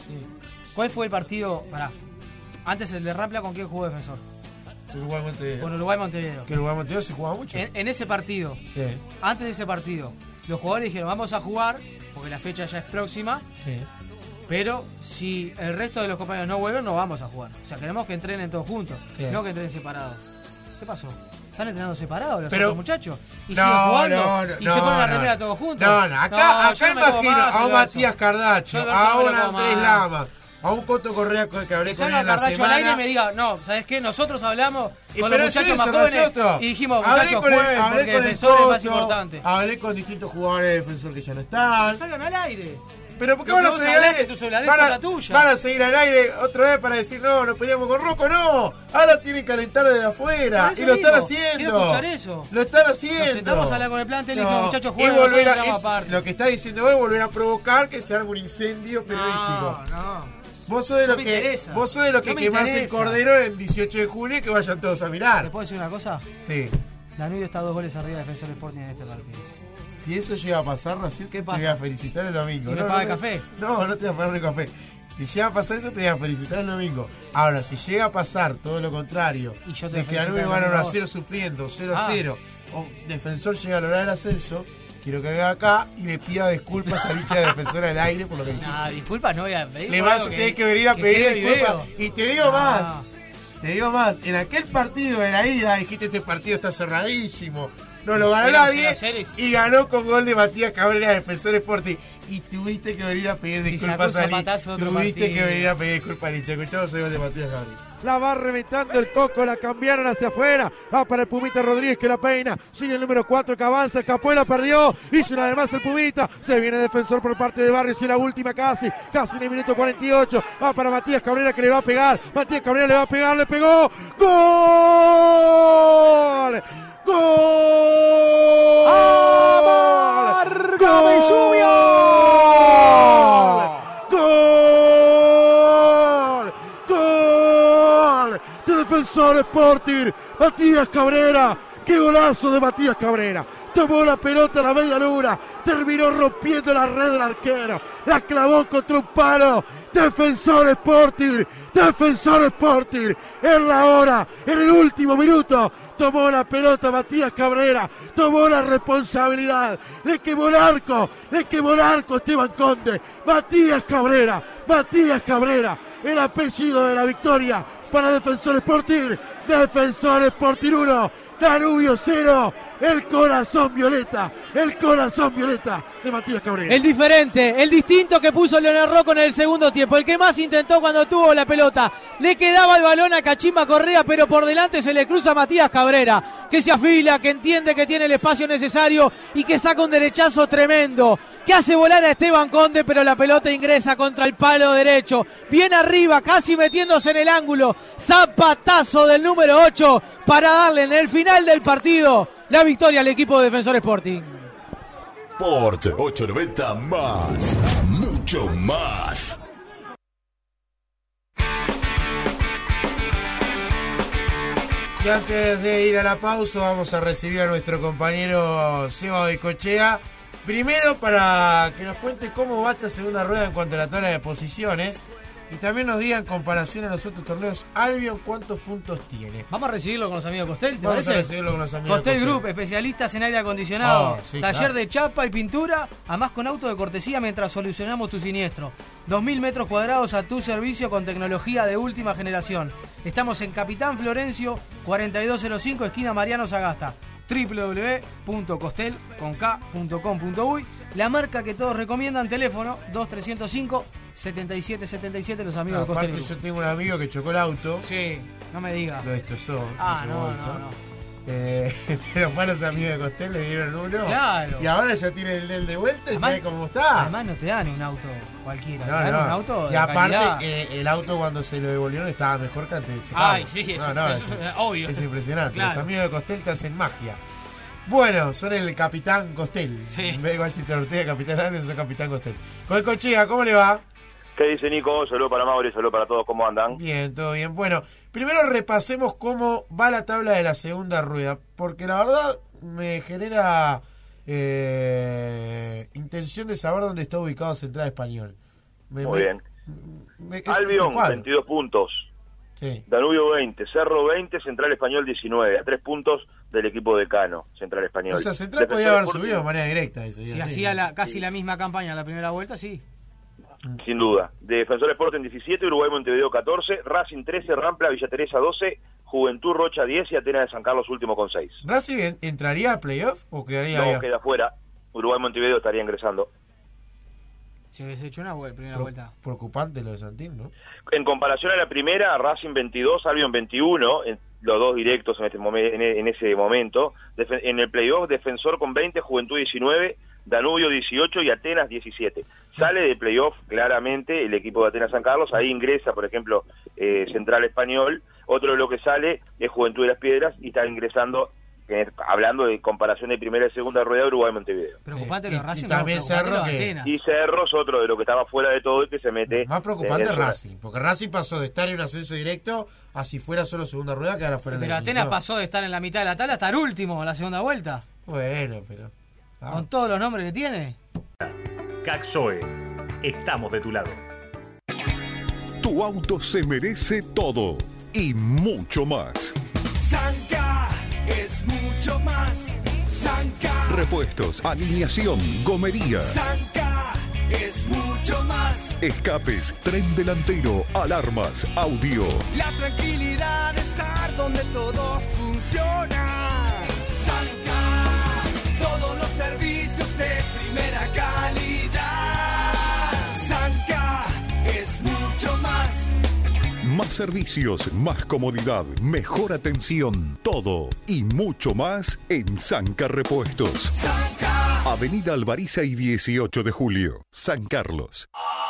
¿Cuál fue el partido? Pará. Antes el de Rampla, ¿con quién jugó Defensor? Uruguay Montevideo. Con Uruguay Montevideo. Que Uruguay Montevideo se jugaba mucho. En, en ese partido, Sí, antes de ese partido, los jugadores dijeron, vamos a jugar, porque la fecha ya es próxima, sí. pero si el resto de los compañeros no vuelven, no vamos a jugar. O sea, queremos que entrenen todos juntos, Sí. no que entrenen separados. ¿Qué pasó? ¿Están entrenando separados los Pero- otros muchachos? ¿Y No, siguen jugando? no, no, ¿Y no, se ponen la no. remera todos juntos? No, no, acá, No, acá yo no me como imagino más a un el Matías verso. Cardacho, Yo el verso a no me un lo como Andrés más. Lama, a un Coto Correa que hablé Que con él salga en la Cardacho al aire y semana. me diga, no, ¿sabes qué? Nosotros hablamos Y con pero los es muchachos eso, más jóvenes Rayoto. y dijimos, Hablé muchachos, con el- jueguen hablé porque con el Defensor es más Coto, importante. Hablé con distintos jugadores de Defensor que ya no están. Salgan al aire. Pero ¿por qué Lo van que a vos seguir al hablás aire? en tu celular es Van a, cosa tuya. van a seguir al aire otra vez para decir, no, nos peleamos con Rocco, no. Ahora tienen que calentar desde afuera. Por eso Y lo están digo, haciendo. quiero escuchar eso. Lo están haciendo. Nos sentamos a hablar con el plantel y No, dijimos, muchachos, y jueguen, volver nosotros a, hablamos es- aparte. Lo que está diciendo hoy es volver a provocar que se arme un incendio periodístico. No, no. Vos sos de No los me que, interesa. vos sos de los No que me quemás el interesa. cordero el dieciocho de julio y que vayan todos a ¿Te mirar. puedo decir una cosa? Sí. Danubio está dos goles arriba de Defensor Sporting en este partido. Si eso llega a pasar, Raciel, ¿Qué te pasa? voy a felicitar el domingo. ¿Y me No, paga no, el no, café? No, no te voy a pagar el café. Si llega a pasar eso, te voy a felicitar el domingo. Ahora, si llega a pasar todo lo contrario, Y yo te de voy a que Danubio felicitar gana el uno a domingo. cero sufriendo, cero Ah. a cero, o Defensor llega a lograr el ascenso, quiero que venga acá y le pida disculpas a dicha Defensora del aire por lo que dijiste. Nah, disculpa, no voy a pedir. Le por vas a algo tener que venir a pedir quede disculpas. video. Y te digo No. más. Te digo más, en aquel partido de la ida dijiste este partido está cerradísimo, no lo ganó Era nadie cero a cero y ganó con gol de Matías Cabrera, Defensor Sporting. Y tuviste que venir a pedir Si disculpas sacó a un Lich. zapatazo de otro Tuviste partido. que venir a pedir disculpas a Lich. Escuchamos el gol de Matías Cabrera. La va reventando el Coco, la cambiaron hacia afuera. Va para el Pumita Rodríguez que la peina. Sigue el número cuatro que avanza, escapó y la perdió. Hizo una de más el Pumita. Se viene Defensor por parte de Barrios y la última casi. Casi en el minuto cuarenta y ocho. Va para Matías Cabrera que le va a pegar. Matías Cabrera le va a pegar, le pegó. ¡Gol! ¡Gol! ¡Marca Vesubio! ¡Gol! ¡Gol! De Defensor Sporting, Matías Cabrera. ¡Qué golazo de Matías Cabrera! Tomó la pelota a la media luna, terminó rompiendo la red del arquero, la clavó contra un palo. Defensor Sporting, Defensor Sporting, en la hora, en el último minuto, tomó la pelota Matías Cabrera, tomó la responsabilidad, le quemó el arco, le quemó el arco Esteban Conde. Matías Cabrera, Matías Cabrera, el apellido de la victoria para Defensor Sporting. Defensor Sporting uno, Danubio cero. El corazón violeta, el corazón violeta de Matías Cabrera. El diferente, el distinto que puso Leonel Rocco en el segundo tiempo, el que más intentó cuando tuvo la pelota. Le quedaba el balón a Cachimba Correa, pero por delante se le cruza a Matías Cabrera, que se afila, que entiende que tiene el espacio necesario y que saca un derechazo tremendo, que hace volar a Esteban Conde, pero la pelota ingresa contra el palo derecho, bien arriba, casi metiéndose en el ángulo. Zapatazo del número ocho para darle en el final del partido la victoria al equipo de Defensor Sporting. Sport ochocientos noventa más, mucho más. Y antes de ir a la pausa vamos a recibir a nuestro compañero Seba Oicochea. Primero para que nos cuente cómo va esta segunda rueda en cuanto a la tabla de posiciones. Y también nos diga en comparación a los otros torneos Albion cuántos puntos tiene. Vamos a recibirlo con los amigos de Costel, ¿te Vamos parece? a recibirlo con los amigos Costel de Costel. Group, especialistas en aire acondicionado, Oh, sí, taller claro. de chapa y pintura, además con auto de cortesía mientras solucionamos tu siniestro. dos mil metros cuadrados a tu servicio con tecnología de última generación. Estamos en Capitán Florencio, cuarenta y dos cero cinco, esquina Mariano Sagasta. doble u doble u doble u punto costel con k punto com punto uy. La marca que todos recomiendan, teléfono dos tres cero cinco, setenta y siete setenta y siete, los amigos No, de Costel aparte Group. yo tengo un amigo que chocó el auto, Sí, no me digas. lo destrozó. Ah, llevó no, bolsa. no, no. Eh, pero para los amigos de Costel le dieron uno. Claro. Y ahora ya tiene el del de vuelta y Además- sabe cómo está. Además no te dan un auto cualquiera, No, te dan no. un auto y de aparte, calidad. eh, el auto cuando se lo devolvieron estaba mejor que antes de chocar. Ay, sí, eso- no, no, eso es obvio. Es impresionante. Claro. Los amigos de Costel te hacen magia. Bueno, son el capitán Costel. Sí. En vez de Guachito Ortega, capitán Alves, son capitán Costel. Cochea, ¿cómo le va? ¿Qué dice Nico? Saludos para Mauro y saludos para todos. ¿Cómo andan? Bien, todo bien. Bueno, primero repasemos cómo va la tabla de la segunda rueda, porque la verdad me genera eh, intención de saber dónde está ubicado Central Español. Me, Muy me, bien. Me, es, Albion, es veintidós puntos. Sí. Danubio veinte, Cerro veinte, Central Español diecinueve, a tres puntos del equipo de Cano, Central Español. O sea, Central podía haber Sporting subido de manera directa. Ese si día, hacía sí. la, casi la misma campaña la primera vuelta, sí. Sin duda. Defensor Sporting diecisiete, Uruguay Montevideo catorce, Racing trece, Rampla, Villa Teresa doce, Juventud Rocha diez y Atenas de San Carlos último con seis. ¿Racing entraría a playoff o quedaría No, ahí? queda fuera. Uruguay Montevideo estaría ingresando. Si hubiese hecho una vuelta, primera Pro, vuelta. Preocupante lo de Santín, ¿no? En comparación a la primera, Racing veintidós, Albion veintiuno, en, los dos directos en, este momen, en, en ese momento. Defen, en el playoff, Defensor con veinte, Juventud diecinueve, Danubio dieciocho y Atenas diecisiete. Sale de playoff claramente el equipo de Atenas San Carlos, ahí ingresa, por ejemplo, eh, Central Español. Otro de lo que sale es Juventud de las Piedras y está ingresando, eh, hablando de comparación de primera y segunda rueda, Uruguay Montevideo. Preocupante Sí. lo de Racing, Y, y también no, preocupante Cerro lo de que- Atenas. Y Cerro es otro de lo que estaba fuera de todo y que se mete... Más preocupante en es el- Racing, porque Racing pasó de estar en un ascenso directo a si fuera solo segunda rueda que ahora fuera en Pero la Atenas definición. pasó de estar en la mitad de la tabla hasta el último, en la segunda vuelta. Bueno, pero... ah. Con todos los nombres que tiene. Caxoe, estamos de tu lado. Tu auto se merece todo y mucho más. Sanca es mucho más. Sanca. Repuestos, alineación, gomería, Sanca es mucho más. escapes, tren delantero, alarmas, audio. La tranquilidad de estar donde todo funciona. Sanca. Todos los servicios de primera calidad. Sanca es mucho más. Más servicios, más comodidad, mejor atención, todo y mucho más en Sanca Repuestos. Sanca. Avenida Alvariza y dieciocho de julio, San Carlos.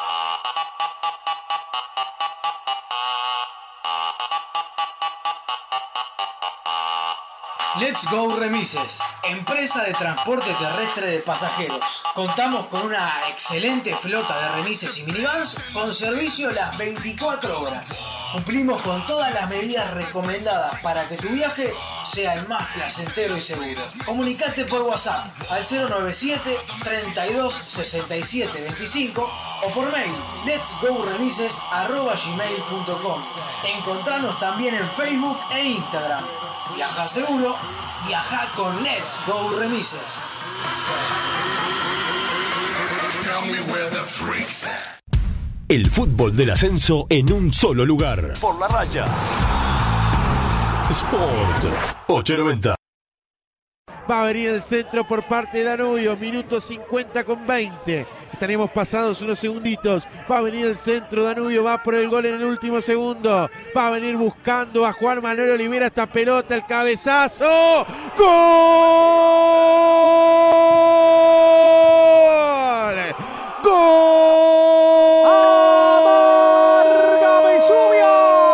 Let's Go Remises, empresa de transporte terrestre de pasajeros. Contamos con una excelente flota de remises y minivans con servicio las veinticuatro horas. Cumplimos con todas las medidas recomendadas para que tu viaje sea el más placentero y seguro. Comunicate por WhatsApp al cero noventa y siete, treinta y dos, sesenta y siete, veinticinco o por mail lets go remises arroba gmail punto com. Encontranos también en Facebook e Instagram. Viaja seguro, viaja con Let's Go Remises. El fútbol del ascenso en un solo lugar. Por la raya. Sport ochocientos noventa. Va a venir el centro por parte de Danubio, minuto cincuenta con veinte. Estaremos pasados unos segunditos. Va a venir el centro, Danubio va por el gol en el último segundo. Va a venir buscando a Juan Manuel Olivera esta pelota, el cabezazo. ¡Gol! ¡Gol! ¡Amarga Vesubio!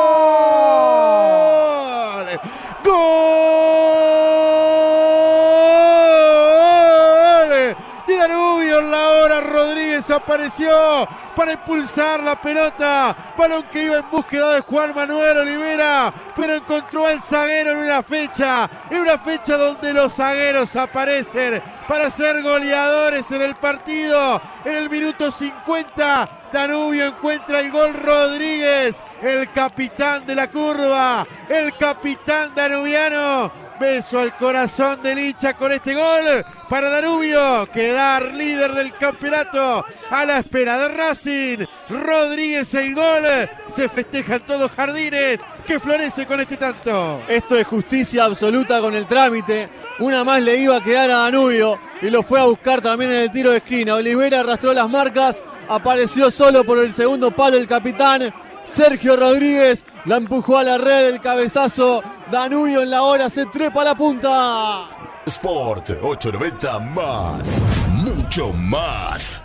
¡Gol! De Danubio en la hora, Rodríguez apareció para impulsar la pelota. Balón que iba en búsqueda de Juan Manuel Olivera, pero encontró al zaguero en una fecha, en una fecha donde los zagueros aparecen para ser goleadores en el partido. En el minuto cincuenta, Danubio encuentra el gol Rodríguez, el capitán de la curva, el capitán danubiano. Beso al corazón de Licha con este gol para Danubio, quedar líder del campeonato a la espera de Racing. Rodríguez el gol, se festejan todos Jardines, que florece con este tanto. Esto es justicia absoluta con el trámite. Una más le iba a quedar a Danubio y lo fue a buscar también en el tiro de esquina. Olivera arrastró las marcas, apareció solo por el segundo palo el capitán Sergio Rodríguez, la empujó a la red, el cabezazo. Danubio en la hora se trepa a la punta. Sport ochocientos noventa más. Mucho más.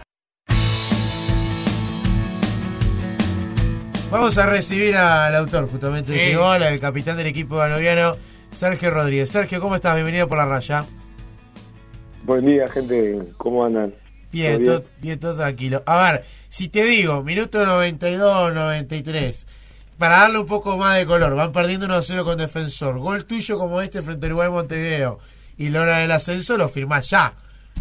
Vamos a recibir al autor justamente de Sí. este gol, al capitán del equipo danubiano, Sergio Rodríguez. Sergio, ¿cómo estás? Bienvenido por la raya. Buen día, gente. ¿Cómo andan? Bien, bien? todo, bien, todo tranquilo. A ver, si te digo, minuto noventa y dos, noventa y tres, para darle un poco más de color, van perdiendo uno a cero con Defensor. Gol tuyo como este frente a Uruguay Montevideo y la hora del ascenso, lo firmás ya.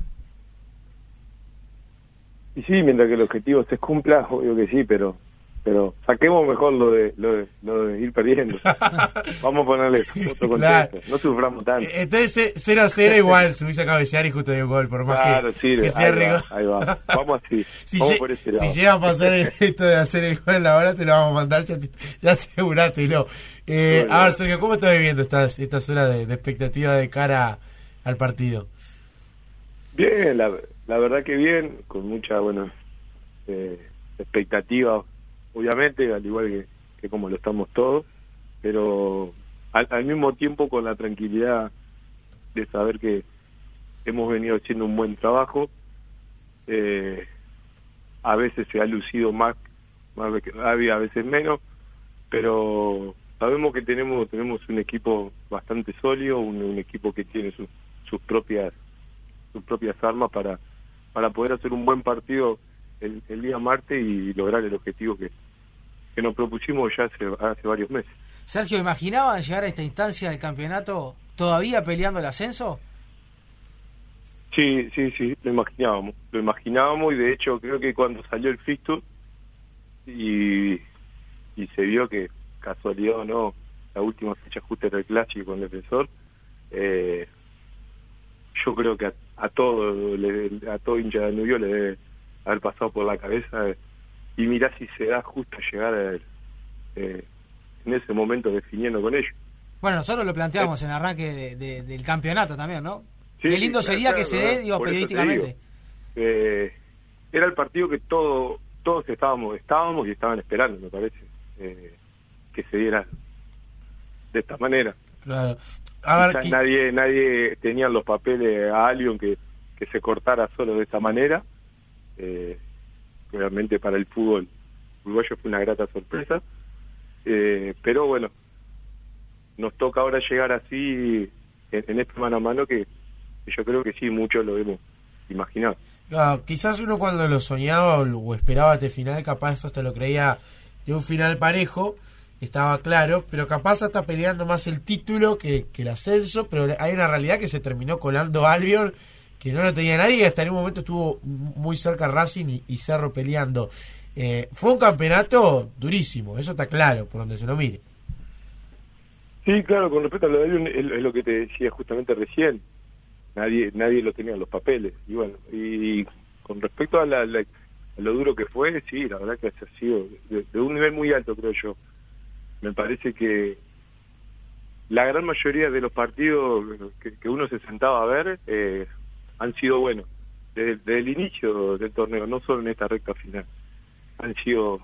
Y sí, mientras que el objetivo se cumpla, obvio que sí, pero pero saquemos mejor lo de lo de, lo de ir perdiendo. Vamos a ponerle otro contexto. Claro. No suframos tanto. Entonces cero a cero igual subís a cabecear y justo dio gol, por más claro, que, sí, que sea ahí rico. va, ahí va. Vamos así. Si, vamos lle por ese lado. si llega a pasar esto de hacer el gol en la hora, te lo vamos a mandar, ya, te, ya asegurátelo. Eh, bueno. A ver, Sergio, ¿cómo estás viviendo estas estas horas de, de expectativa de cara al partido? Bien, la, la verdad que bien, con mucha, bueno, eh, expectativa, obviamente, al igual que, que como lo estamos todos, pero al, al mismo tiempo con la tranquilidad de saber que hemos venido haciendo un buen trabajo. Eh, a veces se ha lucido más, más a veces menos, pero sabemos que tenemos tenemos un equipo bastante sólido, un, un equipo que tiene su, sus propias sus propias armas para para poder hacer un buen partido el, el día martes y lograr el objetivo que, que nos propusimos ya hace, hace varios meses. Sergio, ¿imaginaban llegar a esta instancia del campeonato todavía peleando el ascenso? Sí, sí, sí, lo imaginábamos, lo imaginábamos y de hecho creo que cuando salió el fixture y, y se vio que casualidad o no, la última fecha justa era el clásico con el Defensor, eh, yo creo que a, a todo le, a todo hincha de Danubio le debe haber pasado por la cabeza eh, y mirá si se da justo llegar a, eh, en ese momento definiendo con ellos. Bueno, nosotros lo planteamos eh. en arranque de, de, del campeonato también, ¿no? Sí, Qué lindo sí, sería claro, que se dé, digo, periodísticamente. Digo, eh, era el partido que todo, todos estábamos estábamos y estaban esperando, me parece, eh, que se diera de esta manera. Claro. A ver, nadie nadie tenía los papeles a Albion que, que se cortara solo de esta manera. Eh, realmente para el fútbol uruguayo fue una grata sorpresa. Eh, pero bueno, nos toca ahora llegar así en, en este mano a mano que, que yo creo que sí, muchos lo hemos imaginado. Claro, quizás uno cuando lo soñaba o, o esperaba este final, capaz hasta lo creía de un final parejo, estaba claro, pero capaz hasta peleando más el título que, que el ascenso, pero hay una realidad que se terminó colando Albion, que no lo tenía nadie y hasta en un momento estuvo muy cerca Racing y, y Cerro peleando. Eh, fue un campeonato durísimo, eso está claro, por donde se lo mire. Sí, claro, con respecto a lo de Albion, es, es lo que te decía justamente recién, nadie nadie lo tenía en los papeles, y bueno, y con respecto a, la, la, a lo duro que fue, sí, la verdad que ha sido de, de un nivel muy alto, creo yo. Me parece que la gran mayoría de los partidos que, que uno se sentaba a ver eh, han sido buenos, desde, desde el inicio del torneo, no solo en esta recta final. Han sido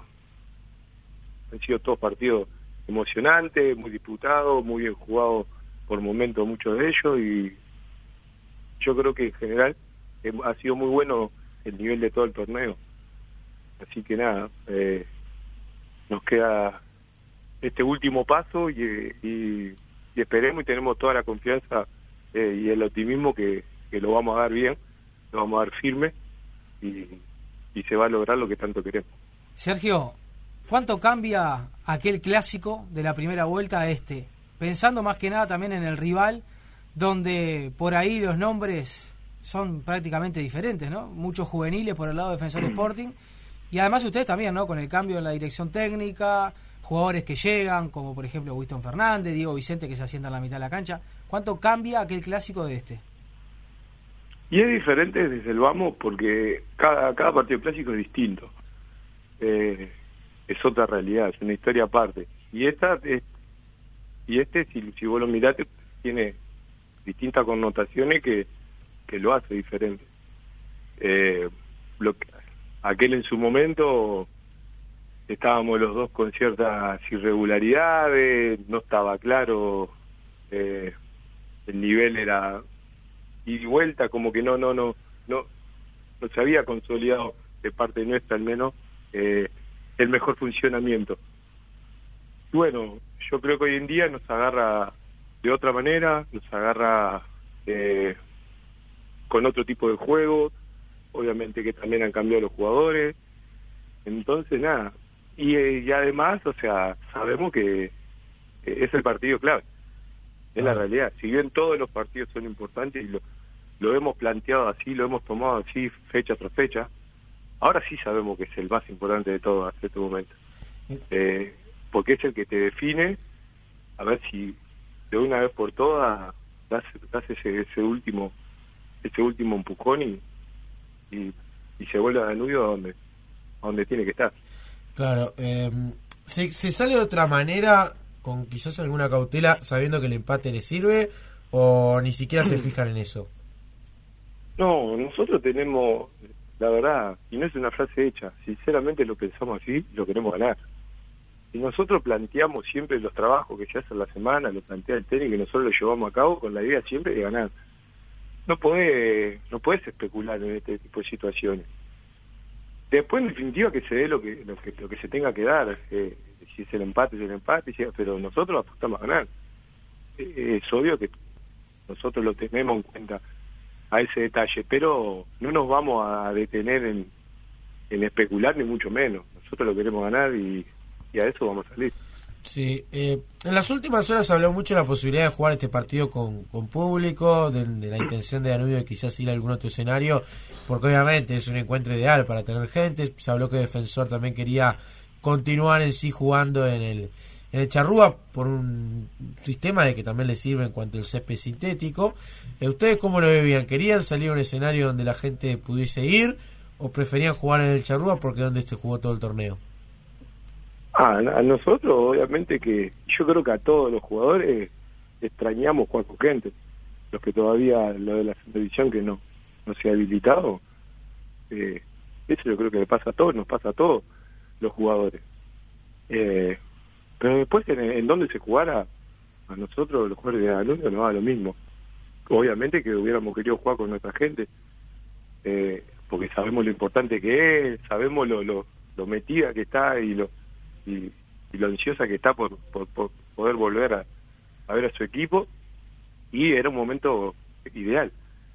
han sido todos partidos emocionantes, muy disputados, muy bien jugados por momentos muchos de ellos, y yo creo que en general eh, ha sido muy bueno el nivel de todo el torneo. Así que nada, eh, nos queda este último paso y, y, y esperemos y tenemos toda la confianza eh, y el optimismo que, que lo vamos a dar bien, lo vamos a dar firme y, y se va a lograr lo que tanto queremos. Sergio, ¿cuánto cambia aquel clásico de la primera vuelta a este? Pensando más que nada también en el rival, donde por ahí los nombres son prácticamente diferentes, ¿no? Muchos juveniles por el lado de Defensor Sporting, y además ustedes también, ¿no? Con el cambio en la dirección técnica, jugadores que llegan, como por ejemplo Winston Fernández, Diego Vicente que se asienta en la mitad de la cancha. ¿Cuánto cambia aquel clásico de este? Y es diferente desde el vamos porque cada, cada partido clásico es distinto. Eh, es otra realidad, es una historia aparte. Y esta es, y este, si, si vos lo mirate, tiene distintas connotaciones que, que lo hace diferente. Eh, lo que, aquel en su momento estábamos los dos con ciertas irregularidades, no estaba claro, eh, el nivel era ida y vuelta, como que no no no no no se había consolidado de parte nuestra al menos eh, el mejor funcionamiento. Y bueno, yo creo que hoy en día nos agarra de otra manera, nos agarra eh, con otro tipo de juego, obviamente que también han cambiado los jugadores, entonces nada, y, y además, o sea, sabemos que eh, es el partido clave, es la realidad, si bien todos los partidos son importantes y lo, lo hemos planteado así, lo hemos tomado así fecha tras fecha, ahora sí sabemos que es el más importante de todo hasta este momento, eh, porque es el que te define, a ver si de una vez por todas das, das ese, ese último ese último empujón y, y, y se vuelve a Danubio a donde, a donde tiene que estar. Claro, eh, ¿se, ¿se sale de otra manera con quizás alguna cautela sabiendo que el empate le sirve o ni siquiera se fijan en eso? No, nosotros tenemos, la verdad, y no es una frase hecha, sinceramente lo pensamos así, lo queremos ganar. Y nosotros planteamos siempre los trabajos que se hacen la semana, lo plantea el técnico y nosotros lo llevamos a cabo con la idea siempre de ganar. No podés, no podés especular en este tipo de situaciones. Después, en definitiva, que se dé lo que lo que, lo que se tenga que dar. Eh, si es el empate, es el empate, pero nosotros apostamos a ganar. Eh, es obvio que nosotros lo tenemos en cuenta a ese detalle, pero no nos vamos a detener en, en especular, ni mucho menos. Nosotros lo queremos ganar y, y a eso vamos a salir. Sí, eh, en las últimas horas se habló mucho de la posibilidad de jugar este partido con, con público, de, de la intención de Danubio de quizás ir a algún otro escenario, porque obviamente es un encuentro ideal para tener gente. Se habló que Defensor también quería continuar en sí jugando en el, en el Charrúa por un sistema de que también le sirve en cuanto al césped sintético. Eh, ¿Ustedes cómo lo veían? ¿Querían salir a un escenario donde la gente pudiese ir o preferían jugar en el Charrúa porque es donde este jugó todo el torneo? Ah, a nosotros, obviamente que yo creo que a todos los jugadores extrañamos jugar con gente. Los que todavía, lo de la televisión que no, no se ha habilitado, eh, eso yo creo que le pasa a todos, nos pasa a todos los jugadores. Eh, pero después, en, en donde se jugara, a nosotros, los jugadores de Danubio, nos va lo mismo. Obviamente que hubiéramos querido jugar con nuestra gente, eh, porque sabemos lo importante que es, sabemos lo, lo, lo metida que está y lo Y, y lo ansiosa que está por, por, por poder volver a, a ver a su equipo, y era un momento ideal.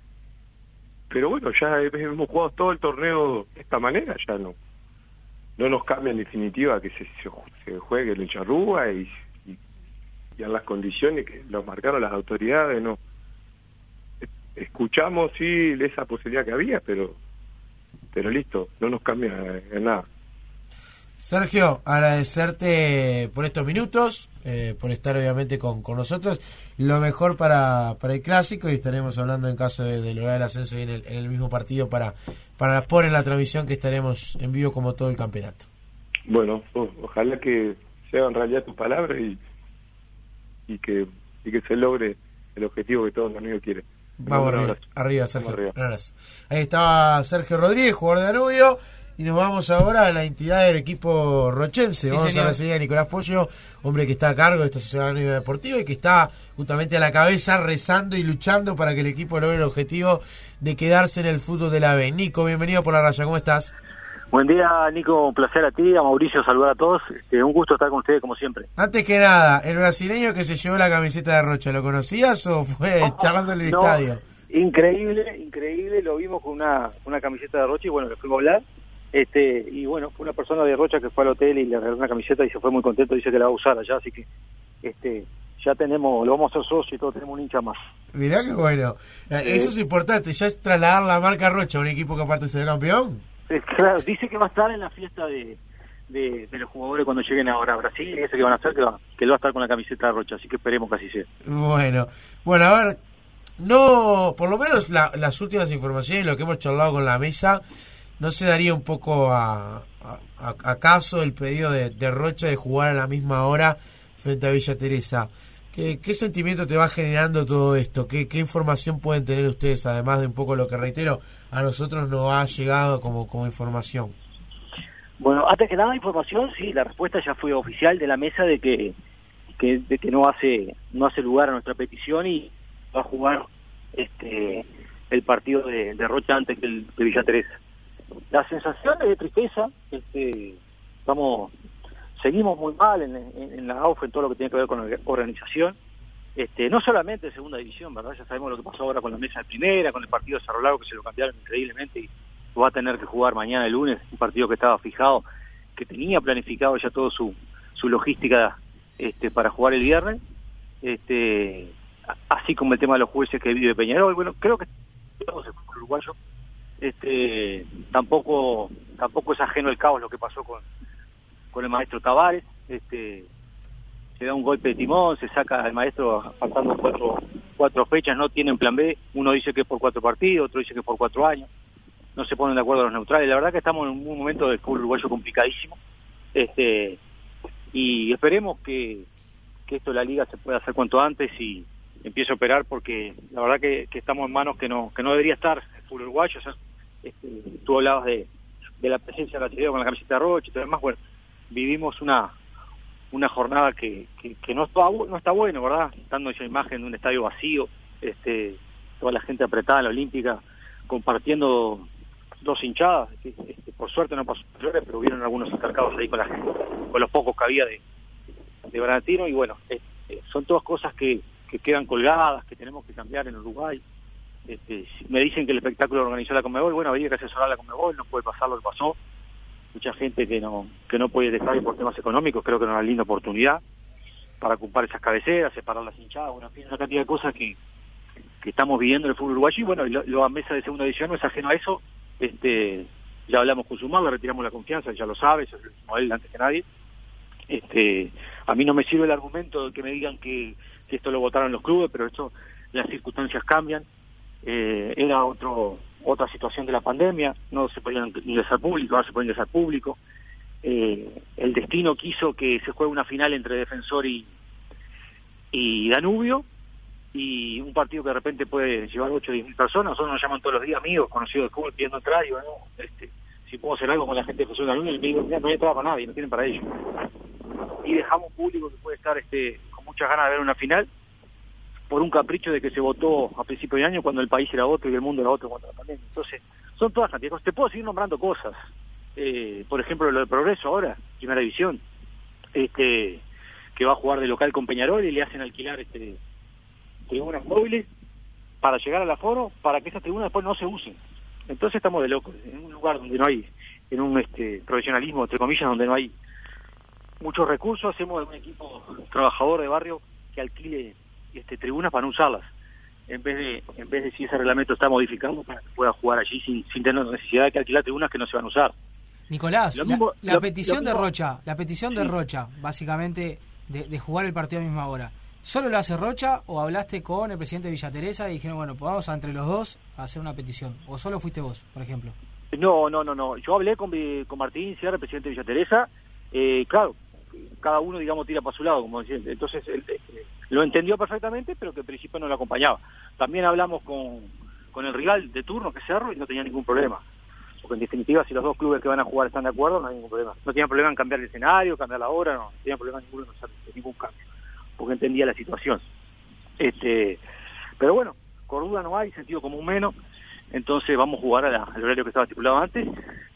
Pero bueno, ya hemos jugado todo el torneo de esta manera, ya no no nos cambia en definitiva que se, se, se juegue en Charrúa y, y, y en las condiciones que nos marcaron las autoridades. No escuchamos sí esa posibilidad que había, pero pero listo, no nos cambia en nada. Sergio, agradecerte por estos minutos, eh, por estar obviamente con, con nosotros. Lo mejor para, para el clásico, y estaremos hablando en caso de, de lograr el ascenso y en el, en el mismo partido para, para por en la transmisión, que estaremos en vivo como todo el campeonato. Bueno, o, ojalá que sea en realidad tu palabra y, y que y que se logre el objetivo que todo el amigo quiere. Vamos arriba, arriba, Sergio. Arriba. Ahí estaba Sergio Rodríguez, jugador de Danubio. Y nos vamos ahora a la entidad del equipo rochense. Sí, vamos señor. a recibir a Nicolás Pollo, hombre que está a cargo de esta sociedad anónima deportiva y que está justamente a la cabeza rezando y luchando para que el equipo logre el objetivo de quedarse en el fútbol de la B. Nico, bienvenido por la raya, ¿cómo estás? Buen día, Nico, un placer a ti, a Mauricio, saludar a todos. Eh, un gusto estar con ustedes como siempre. Antes que nada, el brasileño que se llevó la camiseta de Rocha, ¿lo conocías o fue oh, charlando en el no, estadio? Increíble, increíble, lo vimos con una, una camiseta de Rocha y bueno, le fuimos a hablar. Este, y bueno, fue una persona de Rocha que fue al hotel y le regaló una camiseta y se fue muy contento, dice que la va a usar allá, así que este ya tenemos, lo vamos a hacer socio y todo, tenemos un hincha más. Mirá que bueno, eh, eso es importante, ya es trasladar la marca Rocha a un equipo que aparte se ve campeón. Eh, claro, dice que va a estar en la fiesta de, de, de los jugadores cuando lleguen ahora a Brasil, y ese que van a hacer que va, que él va a estar con la camiseta de Rocha, así que esperemos que así sea. Bueno, bueno, a ver, no, por lo menos la, las últimas informaciones, lo que hemos charlado con la mesa, ¿no se daría un poco a, a, a caso el pedido de, de Rocha de jugar a la misma hora frente a Villa Teresa? ¿Qué, qué sentimiento te va generando todo esto? ¿Qué, ¿Qué información pueden tener ustedes, además de un poco lo que, reitero, a nosotros nos ha llegado como, como información? Bueno, antes que nada, información, sí, la respuesta ya fue oficial de la mesa de que, que, de que no hace no hace lugar a nuestra petición y va a jugar este el partido de, de Rocha antes que el de Villa Teresa. La sensación es de tristeza, este, estamos, seguimos muy mal en, en, en la A U F, en todo lo que tiene que ver con la organización, este, no solamente de segunda división, ¿verdad? Ya sabemos lo que pasó ahora con la mesa de primera, con el partido de Cerro Largo, que se lo cambiaron increíblemente y va a tener que jugar mañana el lunes, un partido que estaba fijado, que tenía planificado ya todo su, su logística este, para jugar el viernes, este, así como el tema de los jueces que vive Peñarol. Bueno, creo que todos el fútbol uruguayo, este, tampoco, tampoco es ajeno el caos lo que pasó con, con el maestro Tavares, este, se da un golpe de timón, se saca al maestro faltando cuatro, cuatro fechas, no tienen plan B, uno dice que es por cuatro partidos, otro dice que es por cuatro años, no se ponen de acuerdo los neutrales. La verdad que estamos en un momento del fútbol uruguayo complicadísimo, este, y esperemos que, que esto de la liga se pueda hacer cuanto antes y empiece a operar, porque la verdad que, que estamos en manos que no, que no debería estar el fútbol uruguayo. O sea, este, tú hablabas de, de la presencia de la con la camiseta de Rocha y todo demás. Bueno, vivimos una una jornada que, que, que no está no está bueno, ¿verdad? Dando esa imagen de un estadio vacío, este, toda la gente apretada en la Olímpica, compartiendo dos hinchadas, que, este, por suerte no pasó mayores, pero hubieron algunos altercados ahí con la gente, con los pocos que había de, de Bragantino, y bueno, este, son todas cosas que, que quedan colgadas, que tenemos que cambiar en Uruguay. Este, me dicen que el espectáculo lo organizó la Conmebol, bueno, habría que asesorar a la Conmebol, no puede pasar lo que pasó. Mucha gente que no que no puede dejar por temas económicos, creo que era una linda oportunidad para ocupar esas cabeceras, separar las hinchadas, bueno, en fin, una cantidad de cosas que, que estamos viviendo en el fútbol uruguayo, y bueno, lo, lo a mesa de segunda división no es ajeno a eso. Este, ya hablamos con Sumar, le retiramos la confianza, ya lo sabe, eso lo mismo él antes que nadie. Este, a mí no me sirve el argumento de que me digan que, que esto lo votaron los clubes, pero esto, las circunstancias cambian. Eh, era otro otra situación de la pandemia, no se podían ingresar público, ahora se puede ingresar público. Eh, el destino quiso que se juegue una final entre Defensor y, y Danubio, y un partido que de repente puede llevar ocho o diez mil personas. Nosotros nos llaman todos los días amigos, conocidos de fútbol, pidiendo entrar, y bueno, este, si puedo hacer algo con la gente de Defensor y Danubio, y me digo, no hay entrada para nadie, no tienen para ellos. Y dejamos público que puede estar este, con muchas ganas de ver una final, por un capricho de que se votó a principio de año cuando el país era otro y el mundo era otro cuando la pandemia. Entonces, son todas cantidades de cosas. Te puedo seguir nombrando cosas. Eh, por ejemplo, lo de Progreso ahora, Primera División, este, que va a jugar de local con Peñarol y le hacen alquilar este, tribunas móviles para llegar al aforo, para que esas tribunas después no se usen. Entonces estamos de locos. En un lugar donde no hay, en un este, profesionalismo, entre comillas, donde no hay muchos recursos, hacemos un equipo trabajador de barrio que alquile Este, tribunas para no usarlas, en vez de en vez de si ese reglamento está modificado para que pueda jugar allí sin, sin tener necesidad de que alquilar tribunas que no se van a usar. Nicolás, Lo mismo, la, la lo, petición lo mismo, de Rocha, la petición de sí. Rocha, básicamente de, de jugar el partido a la misma hora, ¿solo lo hace Rocha o hablaste con el presidente de Villa Teresa y dijeron, bueno, pues vamos a, entre los dos a hacer una petición? ¿O solo fuiste vos, por ejemplo? No, no, no, no. Yo hablé con, con Martín Sierra, el presidente de Villa Teresa, eh, claro, cada uno, digamos, tira para su lado, como decía. Entonces, él, eh, lo entendió perfectamente, pero que al principio no lo acompañaba. También hablamos con, con el rival de turno, que es Cerro, y no tenía ningún problema. Porque en definitiva, si los dos clubes que van a jugar están de acuerdo, no hay ningún problema. No tenían problema en cambiar el escenario, cambiar la hora, no, no tenían problema ninguno en hacer ningún cambio, porque entendía la situación. Este, pero bueno, cordura no hay, sentido común menos, entonces vamos a jugar a la, al horario que estaba estipulado antes,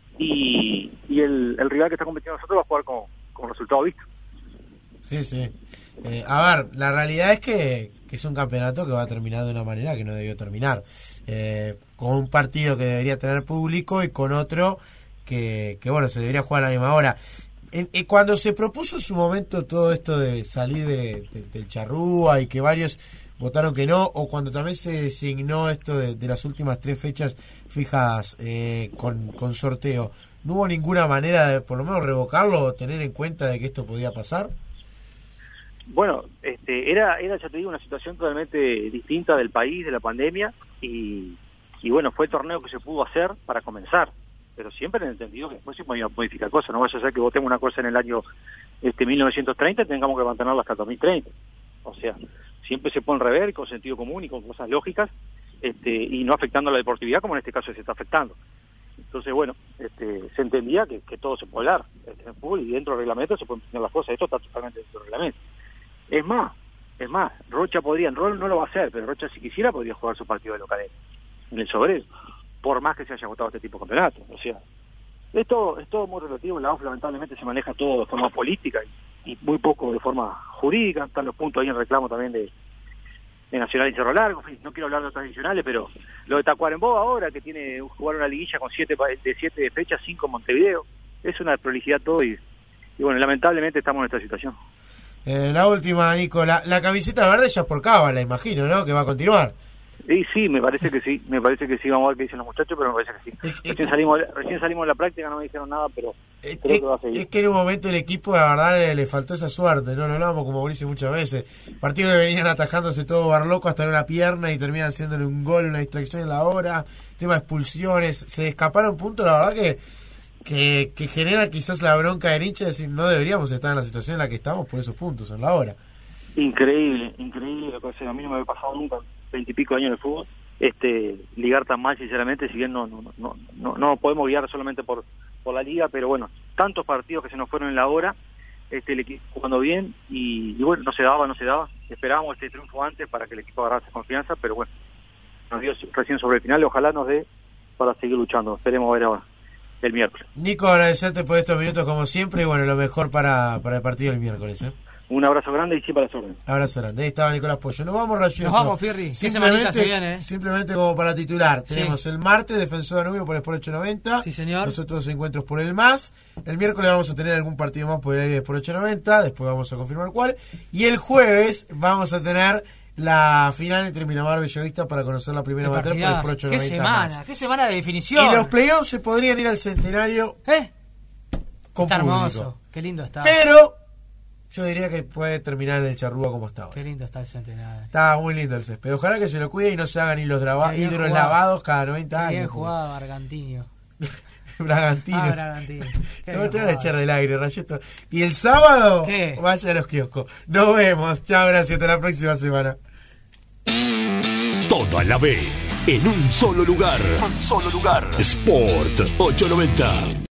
y, y el, el rival que está compitiendo nosotros va a jugar con, con resultado visto. Sí, sí. Eh, a ver, la realidad es que, que es un campeonato que va a terminar de una manera que no debió terminar. Eh, con un partido que debería tener público y con otro que, que bueno, se debería jugar a la misma hora. En, en, cuando se propuso en su momento todo esto de salir de, de, del Charrúa y que varios votaron que no, o cuando también se designó esto de, de las últimas tres fechas fijas eh, con, con sorteo, ¿no hubo ninguna manera de por lo menos revocarlo o tener en cuenta de que esto podía pasar? Bueno, este, era, era, ya te digo, una situación totalmente distinta del país, de la pandemia, y, y bueno, fue el torneo que se pudo hacer para comenzar, pero siempre en el entendido que después se podía modificar cosas. No vaya a ser que votemos una cosa en el año este mil novecientos treinta y tengamos que mantenerla hasta dos mil treinta. O sea, siempre se pueden rever con sentido común y con cosas lógicas, este, y no afectando a la deportividad como en este caso se está afectando. Entonces, bueno, este, se entendía que, que todo se puede hablar este, en el fútbol, y dentro del reglamento se pueden poner las cosas. Esto está totalmente dentro del reglamento. Es más, es más, Rocha podría, en rol no lo va a hacer, pero Rocha si quisiera podría jugar su partido de local en el Sobrero, por más que se haya votado este tipo de campeonato. O sea, es todo, es todo muy relativo. En la O F lamentablemente se maneja todo de forma política y, y muy poco de forma jurídica. Están los puntos ahí en reclamo también de, de Nacional y Cerro Largo. No quiero hablar de otras adicionales, pero lo de Tacuarembó ahora, que tiene jugar una liguilla con siete de siete fechas, cinco en Montevideo, es una prolijidad todo y, y bueno, lamentablemente estamos en esta situación. Eh, la última, Nico, la, la camiseta verde ya es por cábala, imagino, ¿no? Que va a continuar. Sí, sí, me parece que sí, me parece que sí, vamos a ver qué dicen los muchachos, pero me parece que sí. Recién salimos, recién salimos de la práctica, no me dijeron nada, pero es, creo que va a seguir. Es que en un momento el equipo, la verdad, le, le faltó esa suerte, ¿no? Lo hablamos con Mauricio muchas veces. Partidos que venían atajándose todo barloco hasta en una pierna y terminan haciéndole un gol, una distracción en la hora, tema de expulsiones, se escaparon puntos, la verdad que, que, que genera quizás la bronca del hincha de decir, no deberíamos estar en la situación en la que estamos por esos puntos en la hora. Increíble, increíble, lo que a mí no me había pasado nunca, veintipico años en el fútbol. Este, ligar tan mal, sinceramente, si bien no no no no no podemos guiar solamente por por la liga, pero bueno, tantos partidos que se nos fueron en la hora, este el equipo jugando bien y, y bueno, no se daba, no se daba, esperábamos este triunfo antes para que el equipo agarrase confianza, pero bueno, nos dio recién sobre el final y ojalá nos dé para seguir luchando, esperemos ver ahora el miércoles. Nico, agradecerte por estos minutos como siempre y bueno, lo mejor para, para el partido del miércoles, ¿eh? Un abrazo grande y siempre a las órdenes. Abrazo grande. Ahí estaba Nicolás Pollo. Nos vamos, Rayito. Nos vamos, Pirri. Simplemente, se viene, ¿eh? simplemente como para titular. Sí. Tenemos el martes Defensor Danubio por Sport ochocientos noventa. Sí, señor. Los otros encuentros por el más. El miércoles vamos a tener algún partido más por el aire de Sport ochocientos noventa. Después vamos a confirmar cuál. Y el jueves vamos a tener la final entre Miramar y Bellavista para conocer la primera materia por el Sport ochocientos noventa. ¡Qué semana! Más. ¡Qué semana de definición! Y los playoffs se podrían ir al Centenario. ¿Eh? Con está público. Hermoso. Qué lindo está. Pero yo diría que puede terminar en el Charrúa como está ahora. Qué lindo está el Centenario. Está muy lindo el césped. Ojalá que se lo cuide y no se hagan hilos hidrolavados lavados cada noventa años. Bien jugado, Bragantino. Bragantino. Ah, Bragantino. No te van a echar del aire, Rayeto. Y el sábado, ¿qué? Vaya a los kioscos. Nos vemos. Chao, gracias. Hasta la próxima semana. Todo a la vez, en un solo lugar. Un solo lugar. Sport ochocientos noventa.